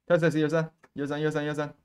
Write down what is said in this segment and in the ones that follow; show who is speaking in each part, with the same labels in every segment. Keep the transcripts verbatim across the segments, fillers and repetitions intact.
Speaker 1: 开始，一二三，一二三，一二三，一二三，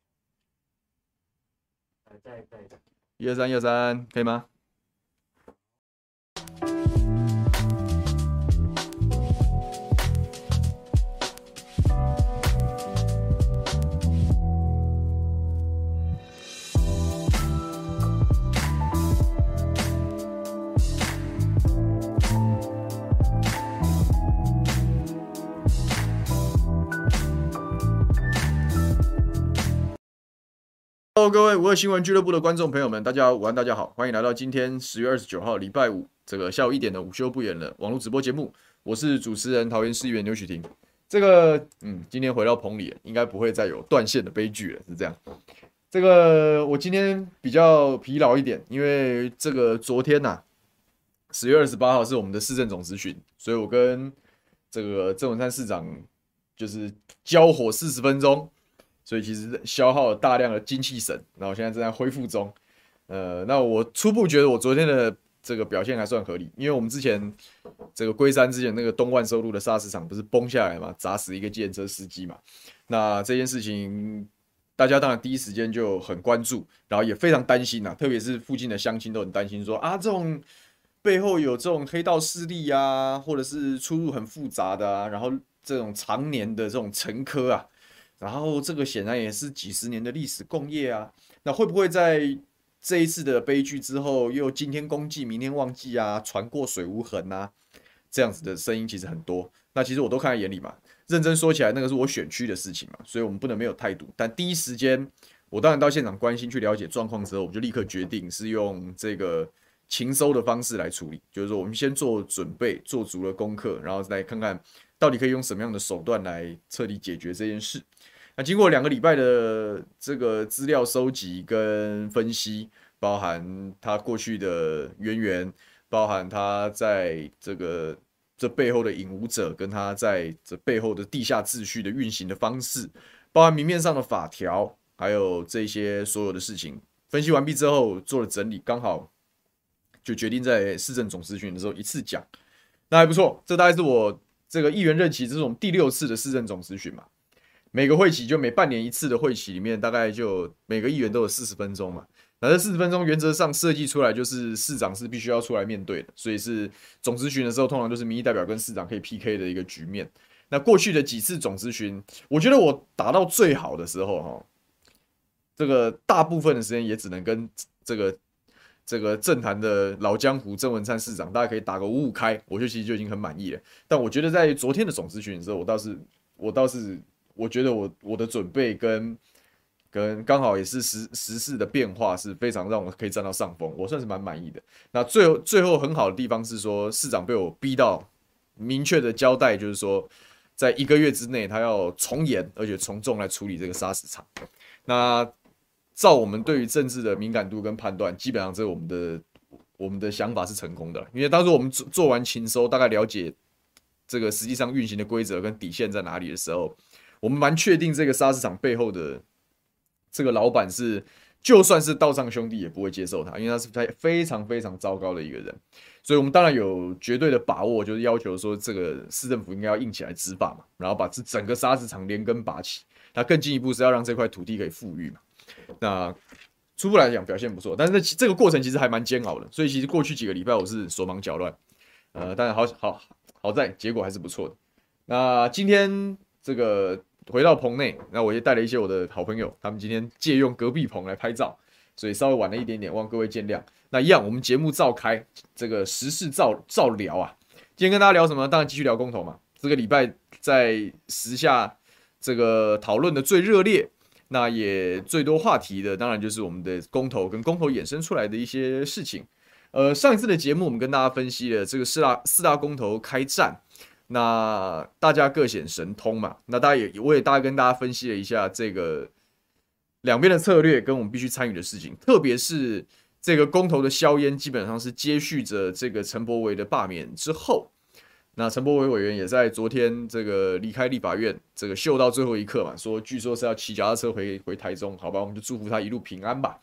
Speaker 2: 在在
Speaker 1: 一二三，一二三，可以吗？Hello，各位五二新闻俱乐部的观众朋友们，大家午安，大家好，欢迎来到今天十月二十九号礼拜五这个下午一点的午休不演了网络直播节目。我是主持人桃园市议员刘许婷。这个嗯，今天回到棚里，应该不会再有断线的悲剧了，是这样。这个我今天比较疲劳一点，因为这个昨天呐、啊，十月二十八号是我们的市政总咨询，所以我跟这个郑文灿市长就是交火四十分钟。所以其实消耗了大量的精气神，然后现在正在恢复中。呃，那我初步觉得我昨天的这个表现还算合理，因为我们之前这个龟山之前那个东万收路的砂石场不是崩下来嘛，砸死一个计程车司机嘛。那这件事情大家当然第一时间就很关注，然后也非常担心啊，特别是附近的乡亲都很担心说啊，这种背后有这种黑道势力啊，或者是出入很复杂的啊，然后这种常年的这种沉疴啊。然后这个显然也是几十年的历史共业啊，那会不会在这一次的悲剧之后，又今天公祭明天忘记啊，船过水无痕啊，这样子的声音其实很多。那其实我都看在眼里嘛，认真说起来，那个是我选区的事情嘛，所以我们不能没有态度。但第一时间，我当然到现场关心去了解状况之后，我们就立刻决定是用这个情收的方式来处理，就是说我们先做准备，做足了功课，然后来看看到底可以用什么样的手段来彻底解决这件事。那经过两个礼拜的这个资料收集跟分析，包含他过去的渊源，包含他在这个这背后的引武者，跟他在这背后的地下秩序的运行的方式，包含明面上的法条，还有这些所有的事情，分析完毕之后做了整理，刚好就决定在市政总咨询的时候一次讲，那还不错。这大概是我这个议员任期这种第六次的市政总咨询嘛。每个会期就每半年一次的会期里面，大概就每个议员都有四十分钟嘛。那这四十分钟原则上设计出来就是市长是必须要出来面对的，所以是总咨询的时候，通常都是民意代表跟市长可以 P K 的一个局面。那过去的几次总咨询，我觉得我打到最好的时候哈，这个大部分的时间也只能跟这个这个政坛的老江湖郑文灿市长，大家可以打个五五开，我觉得其实就已经很满意了。但我觉得在昨天的总咨询的时候，我倒是我倒是我觉得我我的准备跟跟刚好也是时时事的变化是非常让我可以占到上风，我算是蛮满意的。那最后最后很好的地方是说，市长被我逼到明确的交代，就是说在一个月之内他要从严而且从重来处理这个砂石场。那照我们对于政治的敏感度跟判断，基本上这是我们的我们的想法是成功的，因为当时我们做完情收，大概了解这个实际上运行的规则跟底线在哪里的时候，我们蛮确定这个砂石场背后的这个老板是，就算是道上兄弟也不会接受他，因为他是非常非常糟糕的一个人，所以我们当然有绝对的把握，就是要求说这个市政府应该要硬起来执法嘛，然后把这整个砂石场连根拔起。那更进一步是要让这块土地可以富裕嘛。那初步来讲表现不错，但是这个过程其实还蛮煎熬的，所以其实过去几个礼拜我是手忙脚乱，呃，但是好好好在结果还是不错的。那今天这个回到棚内，那我也带了一些我的好朋友，他们今天借用隔壁棚来拍照，所以稍微晚了一点点，望各位见谅。那一样，我们节目照开，这个时事照照聊啊。今天跟大家聊什么？当然继续聊公投嘛。这个礼拜在时下这个讨论的最热烈，那也最多话题的，当然就是我们的公投跟公投衍生出来的一些事情。呃，上一次的节目我们跟大家分析了这个四大四大公投开战，那大家各显神通嘛。那大家也我也大概跟大家分析了一下这个两边的策略跟我们必须参与的事情，特别是这个公投的硝烟，基本上是接续着这个陈柏惟的罢免之后。那陈柏惟委员也在昨天这个离开立法院，这个秀到最后一刻嘛，说据说是要骑脚踏车回回台中，好吧，我们就祝福他一路平安吧。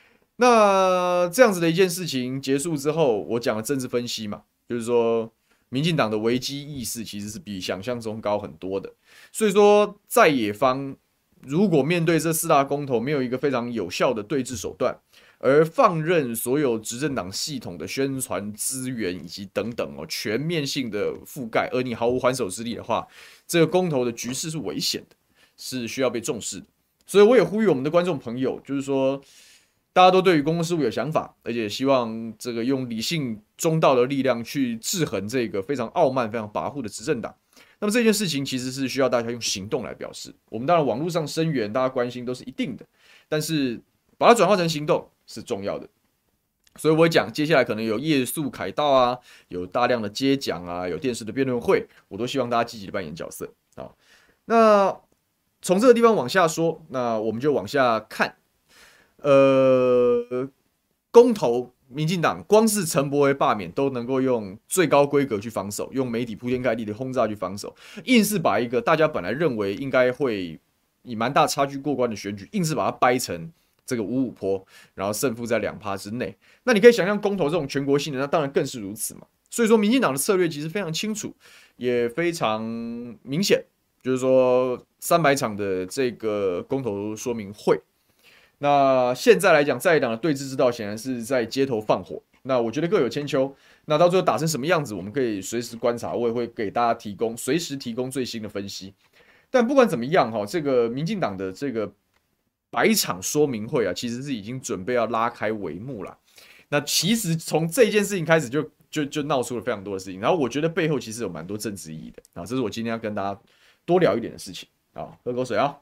Speaker 1: 那这样子的一件事情结束之后，我讲了政治分析嘛，就是说民进党的危机意识其实是比想象中高很多的。所以说，在野方如果面对这四大公投没有一个非常有效的对峙手段，而放任所有执政党系统的宣传资源以及等等哦全面性的覆盖，而你毫无还手之力的话，这个公投的局势是危险的，是需要被重视的。所以我也呼吁我们的观众朋友，就是说大家都对于公共事务有想法，而且希望这个用理性中道的力量去制衡这个非常傲慢、非常跋扈的执政党。那么这件事情其实是需要大家用行动来表示。我们当然网络上声援、大家关心都是一定的，但是把它转化成行动是重要的。所以我讲，接下来可能有夜宿凯道啊，有大量的接讲啊，有电视的辩论会，我都希望大家积极的扮演角色啊。那从这个地方往下说，那我们就往下看。呃，公投，民进党光是陈柏惟罢免都能够用最高规格去防守，用媒体铺天盖地的轰炸去防守，硬是把一个大家本来认为应该会以蛮大差距过关的选举，硬是把它掰成这个五五波，然后胜负在两趴之内。那你可以想象公投这种全国性的，那当然更是如此嘛。所以说，民进党的策略其实非常清楚，也非常明显，就是说三百场的这个公投说明会。那现在来讲，在野党的对峙之道显然是在街头放火。那我觉得各有千秋。那到最后打成什么样子，我们可以随时观察，我也会给大家提供随时提供最新的分析。但不管怎么样，哈，这个民进党的这个百场说明会啊，其实是已经准备要拉开帷幕了。那其实从这件事情开始就，就就就闹出了非常多的事情。然后我觉得背后其实有蛮多政治意义的啊，这是我今天要跟大家多聊一点的事情啊。喝口水啊。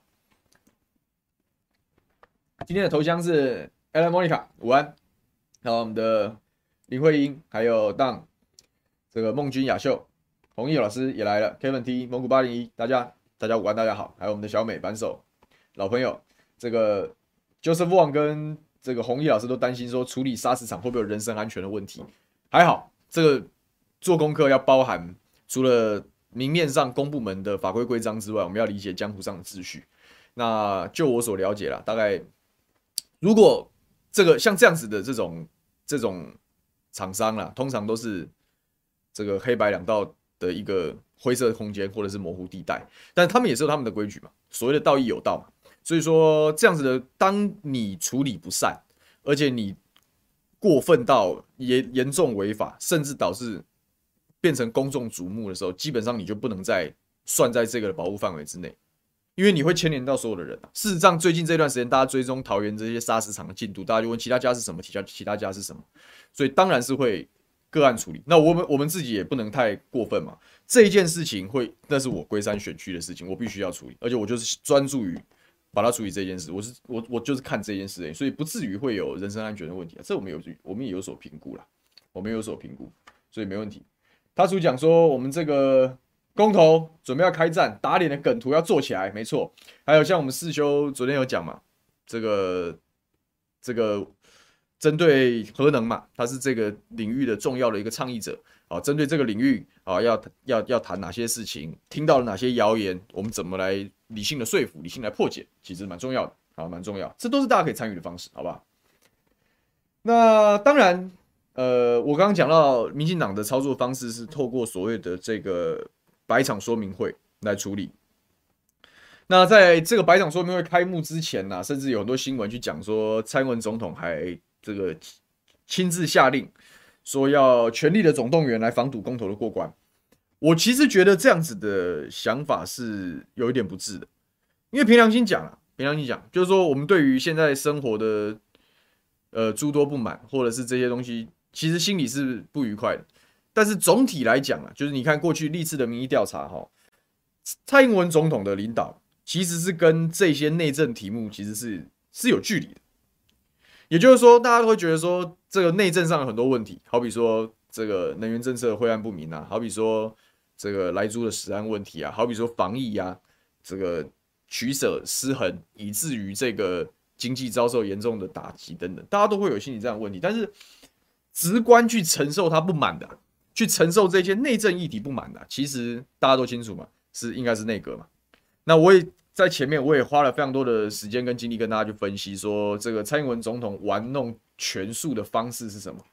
Speaker 1: 今天的头像是 Ellen Monica， 午安。然后我们的林慧英，还有当这个孟君雅秀、弘毅老师也来了 ，Kevin T、蒙古八零一，大家大家午安，大家好。还有我们的小美扳手老朋友，这个 Joseph Wang 跟这个弘毅老师都担心说处理砂石场会不会有人身安全的问题。还好，这个做功课要包含除了明面上公部门的法规规章之外，我们要理解江湖上的秩序。那就我所了解啦，大概。如果这个像这样子的这种这种厂商啦，通常都是这个黑白两道的一个灰色空间或者是模糊地带，但他们也是有他们的规矩嘛，所谓的道义有道嘛。所以说这样子的，当你处理不善，而且你过分到严严重违法，甚至导致变成公众瞩目的时候，基本上你就不能再算在这个保护范围之内。因为你会牵连到所有的人、啊、事实上，最近这段时间，大家追踪桃园这些砂石场的进度，大家就问其他家是什么，其他其他家是什么，所以当然是会个案处理。那我们我们自己也不能太过分嘛。这一件事情会，那是我龟山选区的事情，我必须要处理，而且我就是专注于把它处理这件事。我是我我就是看这件事而已，所以不至于会有人身安全的问题、啊、这我们有我们也有所评估啦，我们也有所评估，所以没问题。他主讲说我们这个。公投准备要开战，打脸的梗图要做起来，没错。还有像我们世修昨天有讲嘛，这个这个针对核能嘛，他是这个领域的重要的一个倡议者啊。针对这个领域啊，要要要谈哪些事情，听到了哪些谣言，我们怎么来理性的说服，理性来破解，其实蛮重要的，好，蛮重要。这都是大家可以参与的方式，好不好？那当然，呃，我刚刚讲到民进党的操作方式是透过所谓的这个。百场说明会来处理。那在这个百场说明会开幕之前呢、啊，甚至有很多新闻去讲说，蔡英文总统还这个亲自下令说要全力的总动员来防堵公投的过关。我其实觉得这样子的想法是有一点不智的，因为凭良心讲啊，凭良心讲，就是说我们对于现在生活的呃诸多不满，或者是这些东西，其实心里是不愉快的。但是总体来讲啊，就是你看过去历次的民意调查哈，蔡英文总统的领导其实是跟这些内政题目其实是是有距离的。也就是说，大家都会觉得说这个内政上有很多问题，好比说这个能源政策晦暗不明啊，好比说这个莱猪的食安问题啊，好比说防疫啊，这个取舍失衡，以至于这个经济遭受严重的打击等等，大家都会有心理这样的问题。但是直观去承受他不满的、啊。去承受这些内政议题不满的、啊，其实大家都清楚嘛，是应该是内阁嘛。那我也在前面，我也花了非常多的时间跟精力跟大家去分析说，这个蔡英文总统玩弄权术的方式是什么？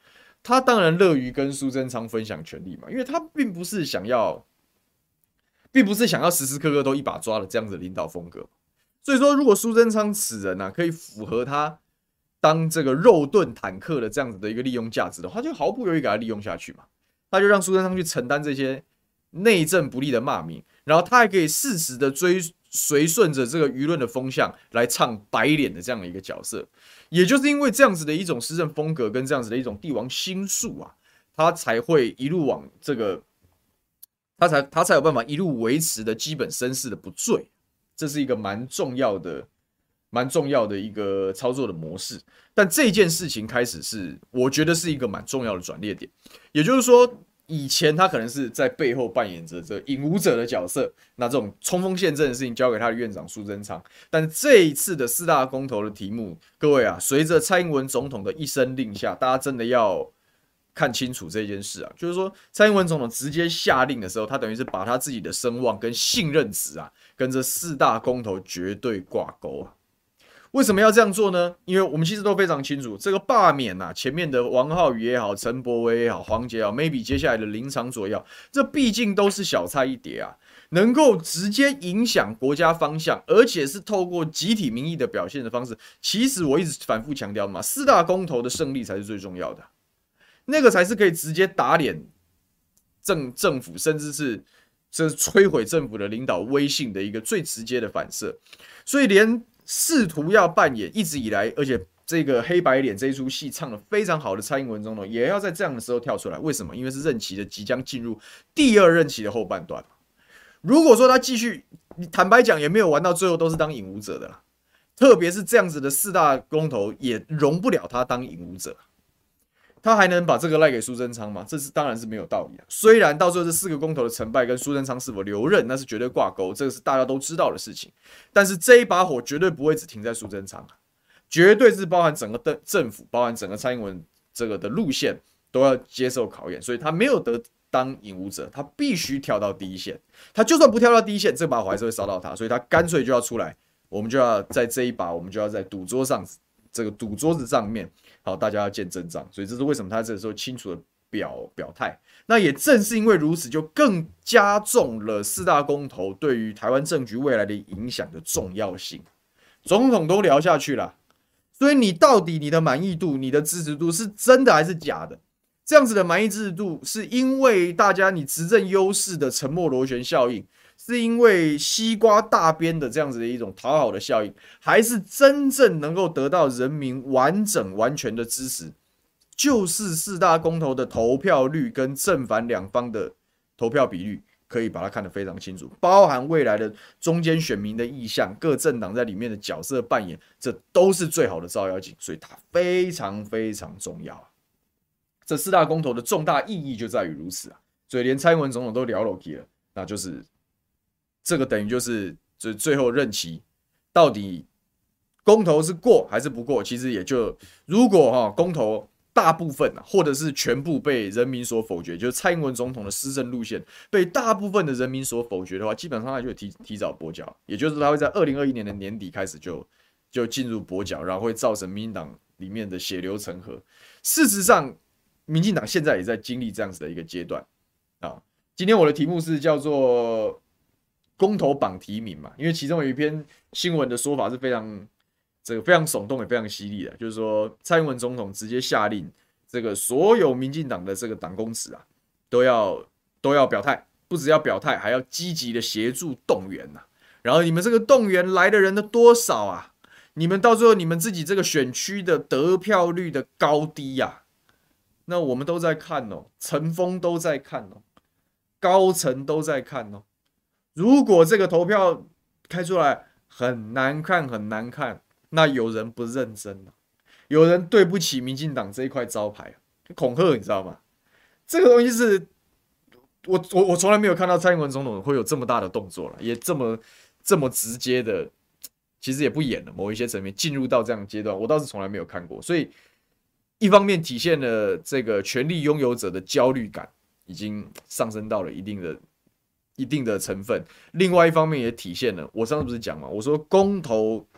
Speaker 1: 他当然乐于跟苏贞昌分享权力嘛，因为他并不是想要，并不是想要时时刻刻都一把抓的这样子的领导风格。所以说，如果苏贞昌此人啊，可以符合他当这个肉盾坦克的这样子的一个利用价值的话，就毫不犹豫给他利用下去嘛。他就让苏贞昌去承担这些内政不利的骂名，然后他还可以适时的追随顺着这个舆论的风向来唱白脸的这样的一个角色。也就是因为这样子的一种施政风格跟这样子的一种帝王心术啊，他才会一路往这个，他才他才有办法一路维持的基本身世的不坠。这是一个蛮重要的、蛮重要的一个操作的模式。但这件事情开始是，我觉得是一个蛮重要的转捩点。也就是说，以前他可能是在背后扮演着这引武者的角色，那这种冲锋陷阵的事情交给他的院长苏贞昌。但这一次的四大公投的题目，各位啊，随着蔡英文总统的一声令下，大家真的要看清楚这件事啊，就是说蔡英文总统直接下令的时候，他等于是把他自己的声望跟信任值啊，跟这四大公投绝对挂钩啊。为什么要这样做呢？因为我们其实都非常清楚，这个罢免啊，前面的王浩宇也好，陈柏惟也好，黄捷也好 ，maybe 接下来的林昶佐也好，这毕竟都是小菜一碟啊，能够直接影响国家方向，而且是透过集体民意的表现的方式。其实我一直反复强调嘛，四大公投的胜利才是最重要的。那个才是可以直接打脸政政府，甚至是这摧毁政府的领导威信的一个最直接的反射。所以，连试图要扮演一直以来，而且这个黑白脸这一出戏唱得非常好的蔡英文总统，也要在这样的时候跳出来。为什么？因为是任期的即将进入第二任期的后半段。如果说他继续，坦白讲，也没有玩到最后都是当引武者的啦。特别是这样子的四大公投，也容不了他当引武者。他还能把这个赖给苏贞昌吗？这是当然是没有道理啊。虽然到最后这四个公投的成败跟苏贞昌是否留任，那是绝对挂钩，这个是大家都知道的事情。但是这一把火绝对不会只停在苏贞昌啊，绝对是包含整个政府，包含整个蔡英文这个的路线都要接受考验，所以他没有得当引武者，他必须跳到第一线。他就算不跳到第一线，这把火还是会烧到他，所以他干脆就要出来，我们就要在这一把，我们就要在赌桌上，这个赌桌子上面。好，大家要见真章，所以这是为什么他这个时候清楚的表表态。那也正是因为如此，就更加重了四大公投对于台湾政局未来的影响的重要性。总统都聊下去了，所以你到底你的满意度、你的支持度是真的还是假的？这样子的满意支持度，是因为大家你执政优势的沉默螺旋效应，是因为西瓜大边的这样子的一种讨好的效应，还是真正能够得到人民完整完全的支持？就是四大公投的投票率跟正反两方的投票比率，可以把它看得非常清楚，包含未来的中间选民的意向，各政党在里面的角色扮演，这都是最好的照妖镜，所以它非常非常重要啊。这四大公投的重大意义就在于如此啊，所以连蔡英文总统都聊落去了，那就是这个等于就是就最后任期到底公投是过还是不过，其实也就如果哈公投大部分或者是全部被人民所否决，就是蔡英文总统的施政路线被大部分的人民所否决的话，基本上他就提提早跛脚，也就是他会在二零二一年的年底开始就就进入跛脚，然后会造成民进党里面的血流成河。事实上，民进党现在也在经历这样子的一个阶段啊。今天我的题目是叫做公投绑提名嘛，因为其中有一篇新闻的说法是非常这个非常耸动也非常犀利的，就是说蔡英文总统直接下令，这个所有民进党的这个党公职啊，都要都要表态，不只要表态，还要积极的协助动员呐、啊。然后你们这个动员来的人的多少啊？你们到最后你们自己这个选区的得票率的高低呀、啊？那我们都在看哦，陈峰都在看哦，高层都在看哦。如果这个投票开出来很难看很难看，那有人不认真了、啊，有人对不起民进党这一块招牌、啊，恐吓你知道吗？这个东西是我我我从来没有看到蔡英文总统会有这么大的动作了，也这么这么直接的，其实也不演了，某一些层面进入到这样的阶段，我倒是从来没有看过，所以。一方面体现了这个权力拥有者的焦虑感已经上升到了一定的、一定的成分，另外一方面也体现了我上次不是讲嘛，我说公投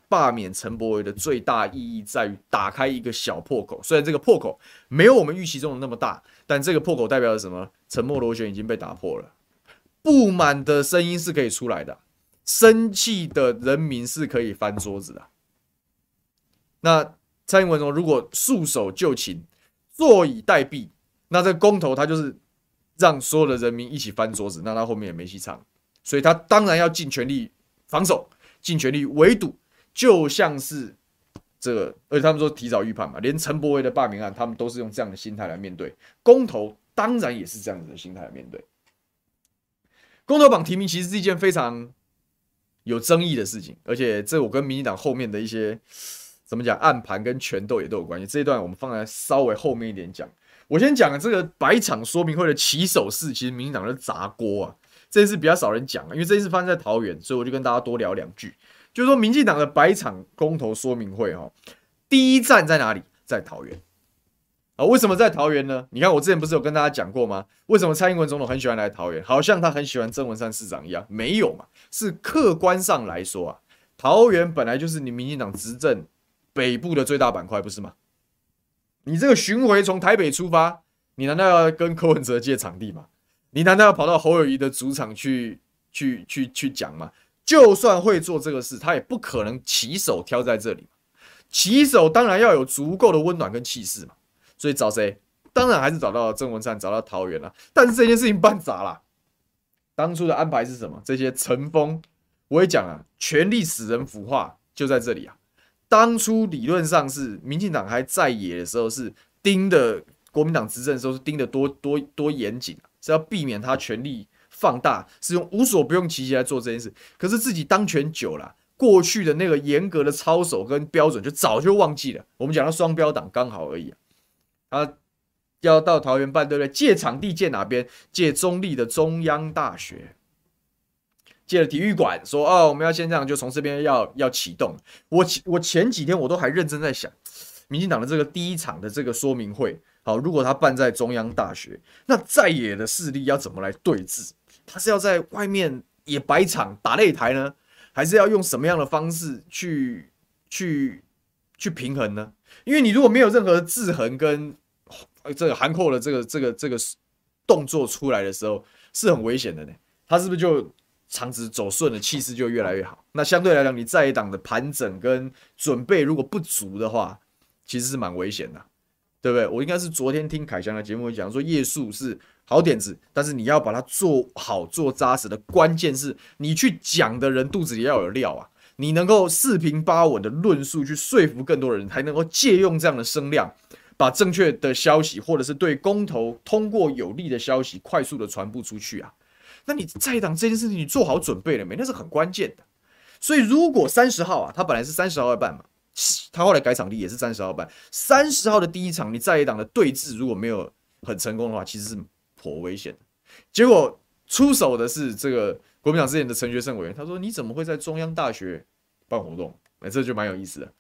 Speaker 1: 罢免陈柏惟的最大意义在于打开一个小破口，虽然这个破口没有我们预期中的那么大，但这个破口代表了什么？沉默螺旋已经被打破了，不满的声音是可以出来的，生气的人民是可以翻桌子的。那蔡英文如果束手就擒，坐以待毙，那这个公投他就是让所有的人民一起翻桌子，那他后面也没戏唱，所以他当然要尽全力防守，尽全力围堵，就像是这个，而且他们说提早预判嘛，连陈柏惟的罢免案，他们都是用这样的心态来面对公投，当然也是这样子的心态来面对。公投榜提名其实是一件非常有争议的事情，而且这我跟民进党后面的一些怎么讲暗盘跟权斗也都有关系。这一段我们放在稍微后面一点讲。我先讲这个百场说明会的起手式，其实民进党是砸锅啊，这件事比较少人讲，因为这件事发生在桃园，所以我就跟大家多聊两句。就是说，民进党的百场公投说明会哈，第一站在哪里？在桃园。啊，为什么在桃园呢？你看我之前不是有跟大家讲过吗？为什么蔡英文总统很喜欢来桃园？好像他很喜欢曾文山市长一样，没有嘛？是客观上来说啊，桃园本来就是你民进党执政北部的最大板块，不是吗？你这个巡回从台北出发，你难道要跟柯文哲借场地吗？你难道要跑到侯友宜的主场去去去去讲吗？就算会做这个事，他也不可能起手挑在这里。起手当然要有足够的温暖跟气势嘛。所以找谁？当然还是找到郑文灿，找到桃园了。但是这件事情办砸了。当初的安排是什么？这些陈风，我也讲了，权力使人腐化就在这里啊。当初理论上是民进党还在野的时候，是盯的国民党执政的时候是盯的多多多严谨，是要避免他权力放大，是用无所不用其极来做这件事。可是自己当权久了，过去的那个严格的操守跟标准就早就忘记了。我们讲到双标党刚好而已啊。他要到桃园办，对不对？借场地借哪边？借中立的中央大学，借了体育馆，说哦，我们要先这样，就从这边要要启动。我我前几天我都还认真在想，民进党的这个第一场的这个说明会，好，如果他办在中央大学，那在野的势力要怎么来对峙？他是要在外面也摆场打擂台呢，还是要用什么样的方式去去去平衡呢？因为你如果没有任何的制衡跟这个含扣的这个这个这个动作出来的时候，是很危险的呢。他是不是就场子走顺了，气势就越来越好？那相对来讲，你在野党的盘整跟准备如果不足的话，其实是蛮危险的，对不对？我应该是昨天听凯翔的节目讲说，夜宿是好点子，但是你要把它做好做扎实的，关键是你去讲的人肚子里要有料啊。你能够四平八稳的论述去说服更多人，才能够借用这样的声量，把正确的消息或者是对公投通过有利的消息快速的传播出去啊。那你在野党这件事情你做好准备了没？那是很关键的。所以如果三十号啊，他本来是三十号要办嘛，他后来改场地也是三十号办。三十号的第一场，你在野党的对峙如果没有很成功的话，其实是颇危险的。结果出手的是这个国民党之前的陈学圣委员，他说：“你怎么会在中央大学办活动？”哎，这就蛮有意思的。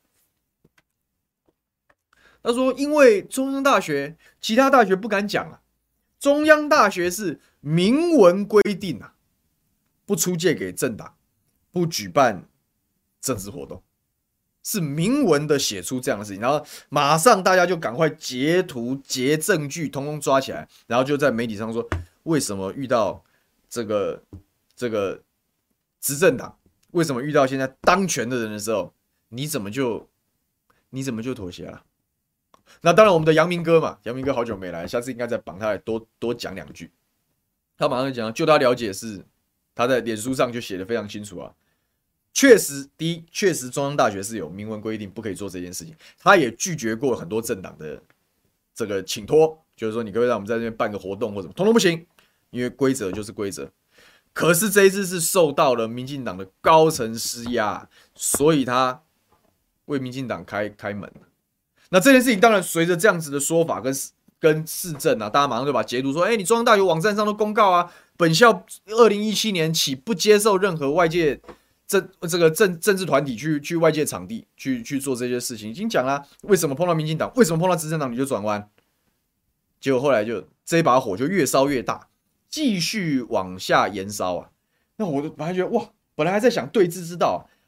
Speaker 1: 他说：“因为中央大学，其他大学不敢讲啊。中央大学是明文规定啊，不出借给政党，不举办政治活动，是明文的写出这样的事情。然后马上大家就赶快截图、截证据，通通抓起来，然后就在媒体上说，为什么遇到这个这个执政党，为什么遇到现在当权的人的时候，你怎么就你怎么就妥协了？”那当然，我们的阳明哥嘛，阳明哥好久没来，下次应该再绑他来多多讲两句。他马上就讲，就他了解是，他在脸书上就写的非常清楚啊。确实，第一，确实中央大学是有明文规定不可以做这件事情，他也拒绝过很多政党的这个请托，就是说你可不可以让我们在这边办个活动或什么，统统不行，因为规则就是规则。可是这一次是受到了民进党的高层施压，所以他为民进党开开门。那这件事情当然随着这样子的说法跟跟市政啊，大家马上就把截图说，哎、欸，你中央大学网站上都公告啊，本校二零一七年起不接受任何外界政这个政政治团体去去外界场地去去做这些事情，已经讲啦。为什么碰到民进党，为什么碰到执政党你就转弯？结果后来就这把火就越烧越大，继续往下延烧啊。那我本来觉得哇，本来还在想对峙之道、啊，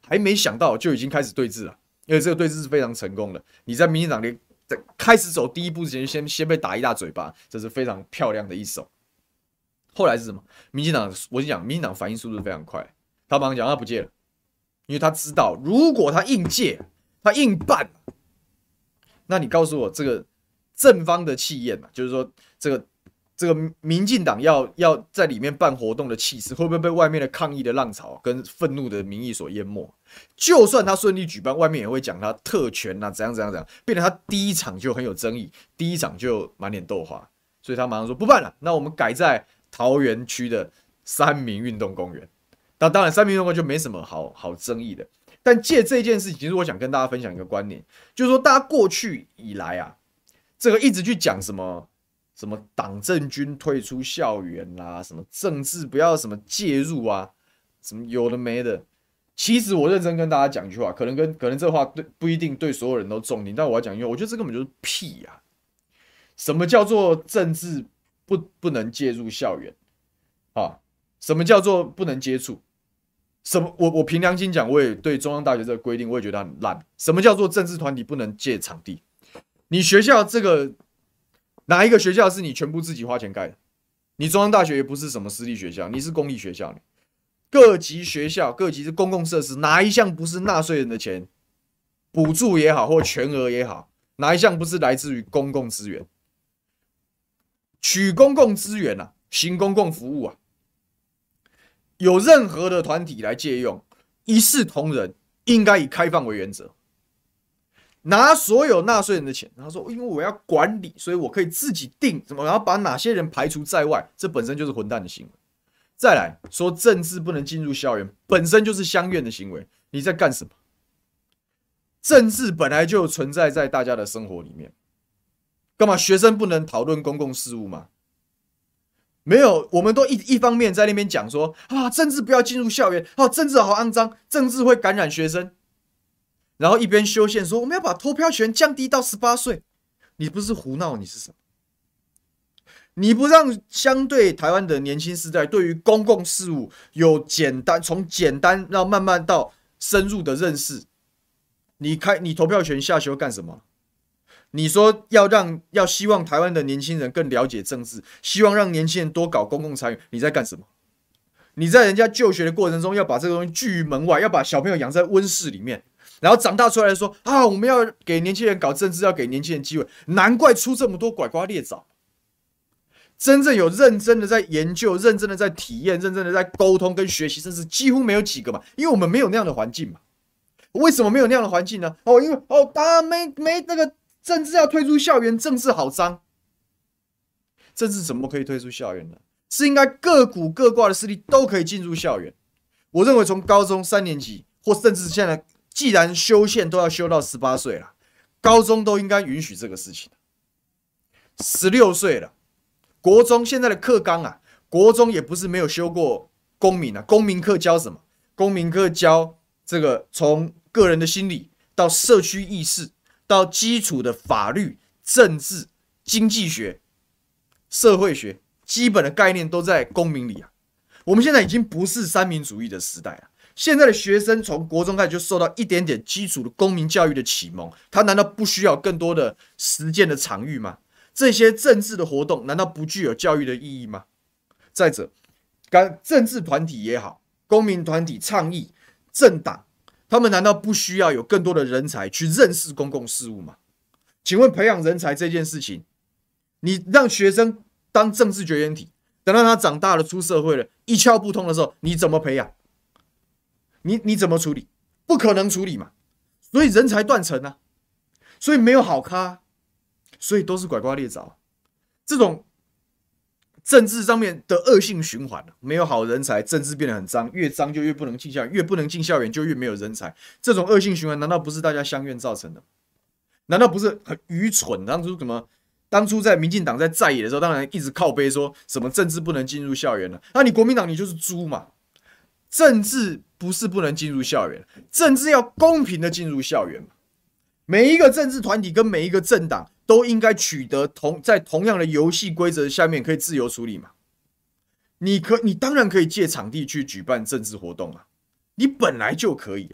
Speaker 1: 还没想到就已经开始对峙了，因为这个对峙是非常成功的。你在民进党连在开始走第一步之前，先先被打一大嘴巴，这是非常漂亮的一手。后来是什么？民进党，我跟你讲，民进党反应速度非常快，他马上讲他不借了，因为他知道如果他硬借，他硬办，那你告诉我这个正方的气焰嘛，就是说这个。这个民进党要要在里面办活动的气势，会不会被外面的抗议的浪潮跟愤怒的民意所淹没？就算他顺利举办，外面也会讲他特权啊，怎样怎样怎样，变成他第一场就很有争议，第一场就满脸豆花，所以他马上说不办了，那我们改在桃园区的三民运动公园。那当然，三民运动公园就没什么好好争议的。但借这件事情，其实我想跟大家分享一个观念，就是说，大家过去以来啊，这个一直去讲什么。什么党政军退出校园啦、啊，什么政治不要什么介入啊，什么有的没的。其实我认真跟大家讲一句话，可能跟可能这话对不一定对所有人都中听，但我要讲一句话，我觉得这根本就是屁啊！什么叫做政治不不能介入校园啊？什么叫做不能接触？什么？我我凭良心讲，我也对中央大学这个规定，我也觉得很烂。什么叫做政治团体不能借场地？你学校这个。哪一个学校是你全部自己花钱盖的？你中央大学也不是什么私立学校，你是公立学校。各级学校、各级是公共设施，哪一项不是纳税人的钱？补助也好，或全额也好，哪一项不是来自于公共资源？取公共资源啊，行公共服务啊，有任何的团体来借用，一视同仁，应该以开放为原则。拿所有纳税人的钱，然后说，因为我要管理，所以我可以自己定什么，然后把哪些人排除在外，这本身就是混蛋的行为。再来说政治不能进入校园，本身就是乡愿的行为。你在干什么？政治本来就存在在大家的生活里面，干嘛学生不能讨论公共事务吗？没有，我们都 一, 一方面在那边讲说啊，政治不要进入校园，啊，政治好肮脏，政治会感染学生。然后一边修宪说我们要把投票权降低到十八岁，你不是胡闹，你是什么？你不让相对台湾的年轻世代对于公共事务有简单从简单让慢慢到深入的认识，你开你投票权下修干什么？你说要让要希望台湾的年轻人更了解政治，希望让年轻人多搞公共参与，你在干什么？你在人家就学的过程中要把这个东西拒于门外，要把小朋友养在温室里面。然后长大出来说啊，我们要给年轻人搞政治，要给年轻人机会，难怪出这么多拐瓜裂枣。真正有认真的在研究、认真的在体验、认真的在沟通跟学习，甚至几乎没有几个嘛，因为我们没有那样的环境嘛。为什么没有那样的环境呢？哦，因为哦，大家没没那个政治要退出校园，政治好脏。政治怎么可以退出校园呢？是应该各股各挂的势力都可以进入校园。我认为从高中三年级，或甚至现在。既然修宪都要修到十八岁了，高中都应该允许这个事情。十六岁了，国中现在的课纲啊，国中也不是没有修过公民啊。公民课教什么？公民课教这个从个人的心理到社区意识，到基础的法律、政治、经济学、社会学，基本的概念都在公民里啊。我们现在已经不是三民主义的时代了。现在的学生从国中开始就受到一点点基础的公民教育的启蒙，他难道不需要更多的实践的场域吗？这些政治的活动难道不具有教育的意义吗？再者，政治团体也好，公民团体、倡议、政党，他们难道不需要有更多的人才去认识公共事务吗？请问培养人才这件事情，你让学生当政治绝缘体，等到他长大了出社会了，一窍不通的时候，你怎么培养？你你怎么处理？不可能处理嘛，所以人才断层啊，所以没有好咖、啊，所以都是拐瓜裂枣。这种政治上面的恶性循环，没有好人才，政治变得很脏，越脏就越不能进校园，越不能进校园就越没有人才。这种恶性循环，难道不是大家相怨造成的？难道不是很愚蠢？当初怎么？当初在民进党在在野的时候，当然一直靠背说什么政治不能进入校园了。那你国民党你就是猪嘛？政治不是不能进入校园，政治要公平的进入校园嘛。每一个政治团体跟每一个政党都应该取得同在同样的游戏规则下面可以自由处理嘛。你可你当然可以借场地去举办政治活动啊，你本来就可以啊。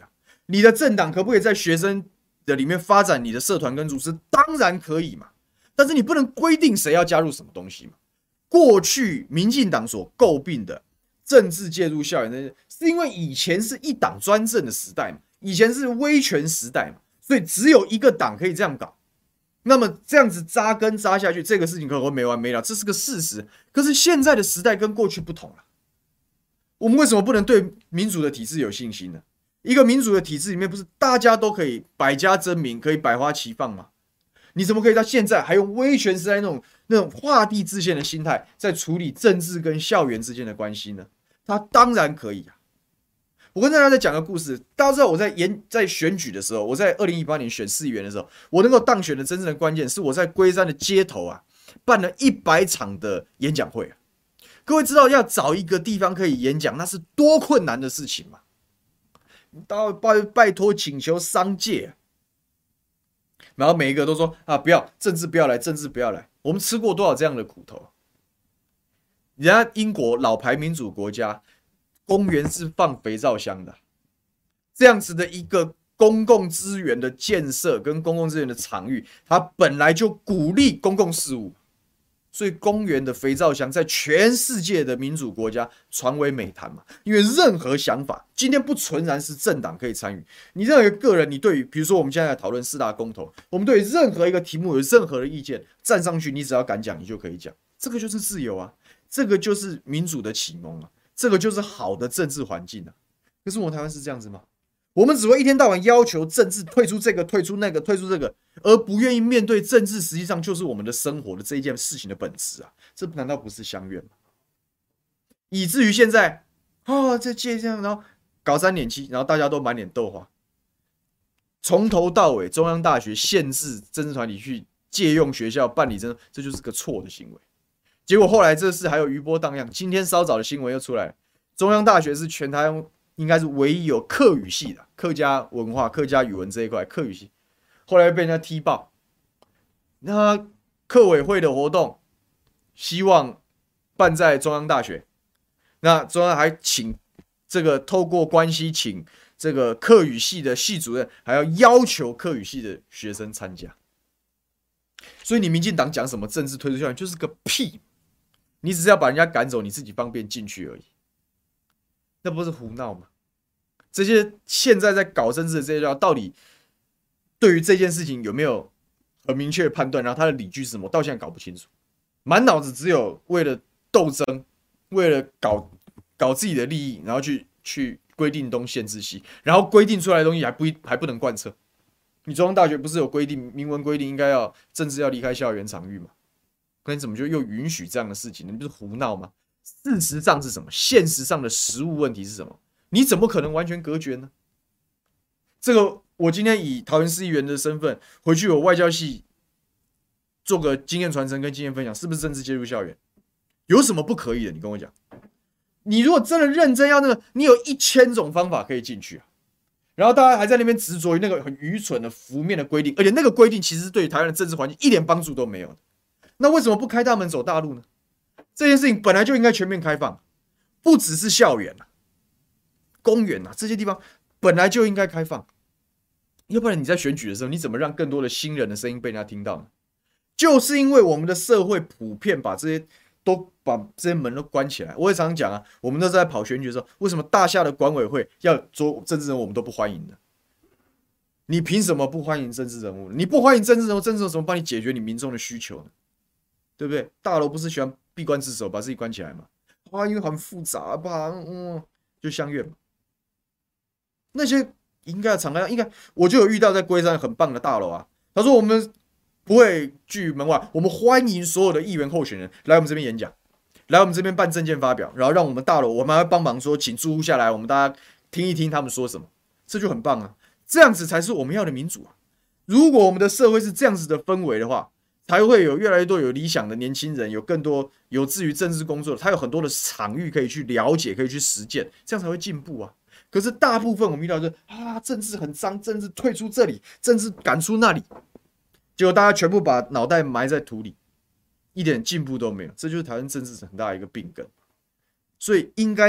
Speaker 1: 你的政党可不可以在学生的里面发展你的社团跟组织？当然可以嘛，但是你不能规定谁要加入什么东西嘛。过去民进党所诟病的政治介入校园这些，是因为以前是一党专政的时代嘛，以前是威权时代嘛，所以只有一个党可以这样搞。那么这样子扎根扎下去，这个事情可能会没完没了，这是个事实。可是现在的时代跟过去不同了，我们为什么不能对民主的体制有信心呢？一个民主的体制里面，不是大家都可以百家争鸣，可以百花齐放吗？你怎么可以到现在还用威权时代那种那种画地自限的心态，在处理政治跟校园之间的关系呢？他当然可以啊！我跟大家再讲个故事，大家知道我在演在选举的时候，我在二零一八年选市议员的时候，我能够当选的真正的关键是我在龟山的街头啊，办了一百场的演讲会啊。各位知道要找一个地方可以演讲，那是多困难的事情吗？到拜拜托请求商界、啊，然后每一个都说啊，不要政治，不要来，政治不要来。我们吃过多少这样的苦头？人家英国老牌民主国家，公园是放肥皂箱的，这样子的一个公共资源的建设跟公共资源的场域，它本来就鼓励公共事务。所以公园的肥皂箱在全世界的民主国家传为美谈嘛，因为任何想法今天不纯然是政党可以参与，你任何一个个人，你对于比如说我们现在在讨论四大公投，我们对于任何一个题目有任何的意见站上去，你只要敢讲，你就可以讲，这个就是自由啊，这个就是民主的启蒙啊，这个就是好的政治环境啊。可是我们台湾是这样子吗？我们只会一天到晚要求政治退出这个退出那个退出这个，而不愿意面对政治实际上就是我们的生活的这一件事情的本质啊！这难道不是相怨吗？以至于现在啊，这届这样，然后搞三点七，然后大家都满脸豆花，从头到尾中央大学限制政治团体去借用学校办理政，这就是个错的行为。结果后来这事还有余波荡漾，今天稍早的新闻又出来了，中央大学是全台湾应该是唯一有客语系的客家文化、客家语文这一块客语系，后来被人家踢爆。那客委会的活动希望办在中央大学，那中央还请这个透过关系请这个客语系的系主任，还要要求客语系的学生参加。所以你民进党讲什么政治退出校园就是个屁，你只是要把人家赶走，你自己方便进去而已。那不是胡闹吗？这些现在在搞政治的这些人，到底对于这件事情有没有很明确的判断？然后他的理据是什么？到现在搞不清楚，满脑子只有为了斗争，为了搞搞自己的利益，然后去去规定东限制西，然后规定出来的东西还不还不能贯彻。你中央大学不是有规定，明文规定应该要政治要离开校园场域吗？可你怎么就又允许这样的事情呢？你不是胡闹吗？事实上是什么？现实上的实务问题是什么？你怎么可能完全隔绝呢？这个我今天以桃园市议员的身份回去，我外交系做个经验传承跟经验分享，是不是政治介入校园？有什么不可以的？你跟我讲。你如果真的认真要那个，你有一千种方法可以进去啊。然后大家还在那边执着于那个很愚蠢的浮面的规定，而且那个规定其实对于台湾的政治环境一点帮助都没有。那为什么不开大门走大路呢？这件事情本来就应该全面开放，不只是校园啊、公园啊这些地方本来就应该开放。要不然你在选举的时候，你怎么让更多的新人的声音被人家听到呢？就是因为我们的社会普遍把这些都把这些门都关起来。我也常常讲啊，我们那时候在跑选举的时候，为什么大厦的管委会要做政治人物，我们都不欢迎的？你凭什么不欢迎政治人物？你不欢迎政治人物，政治人物怎么帮你解决你民众的需求呢？对不对？大楼不是喜欢闭关自守，把自己关起来吗？啊，因为很复杂吧，嗯，就相怨嘛。那些应该敞开，应该我就有遇到在龟山很棒的大楼啊。他说我们不会拒门外，我们欢迎所有的议员候选人来我们这边演讲，来我们这边办政见发表，然后让我们大楼我们还会帮忙说，请住户下来，我们大家听一听他们说什么，这就很棒啊。这样子才是我们要的民主啊。如果我们的社会是这样子的氛围的话，才会有越来越多有理想的年轻人，有更多有志于政治工作的，他有很多的场域可以去了解，可以去实践，这样才会进步啊。可是大部分我们遇到就是啊，政治很脏，政治退出这里，政治赶出那里，结果大家全部把脑袋埋在土里，一点进步都没有，这就是台湾政治很大的一个病根。所以应该是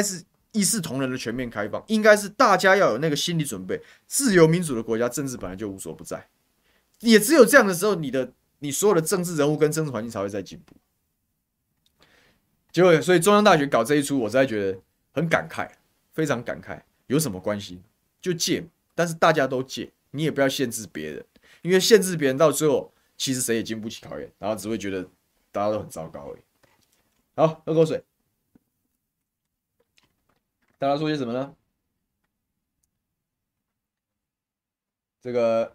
Speaker 1: 一视同仁的全面开放，应该是大家要有那个心理准备。自由民主的国家，政治本来就无所不在，也只有这样的时候，你的你所有的政治人物跟政治环境才会在进步。结果，所以中央大学搞这一出，我实在觉得很感慨，非常感慨。有什么关系？就戒，但是大家都戒，你也不要限制别人，因为限制别人到最后，其实谁也经不起考验，然后只会觉得大家都很糟糕而已。好，喝口水。大家说些什么呢？这个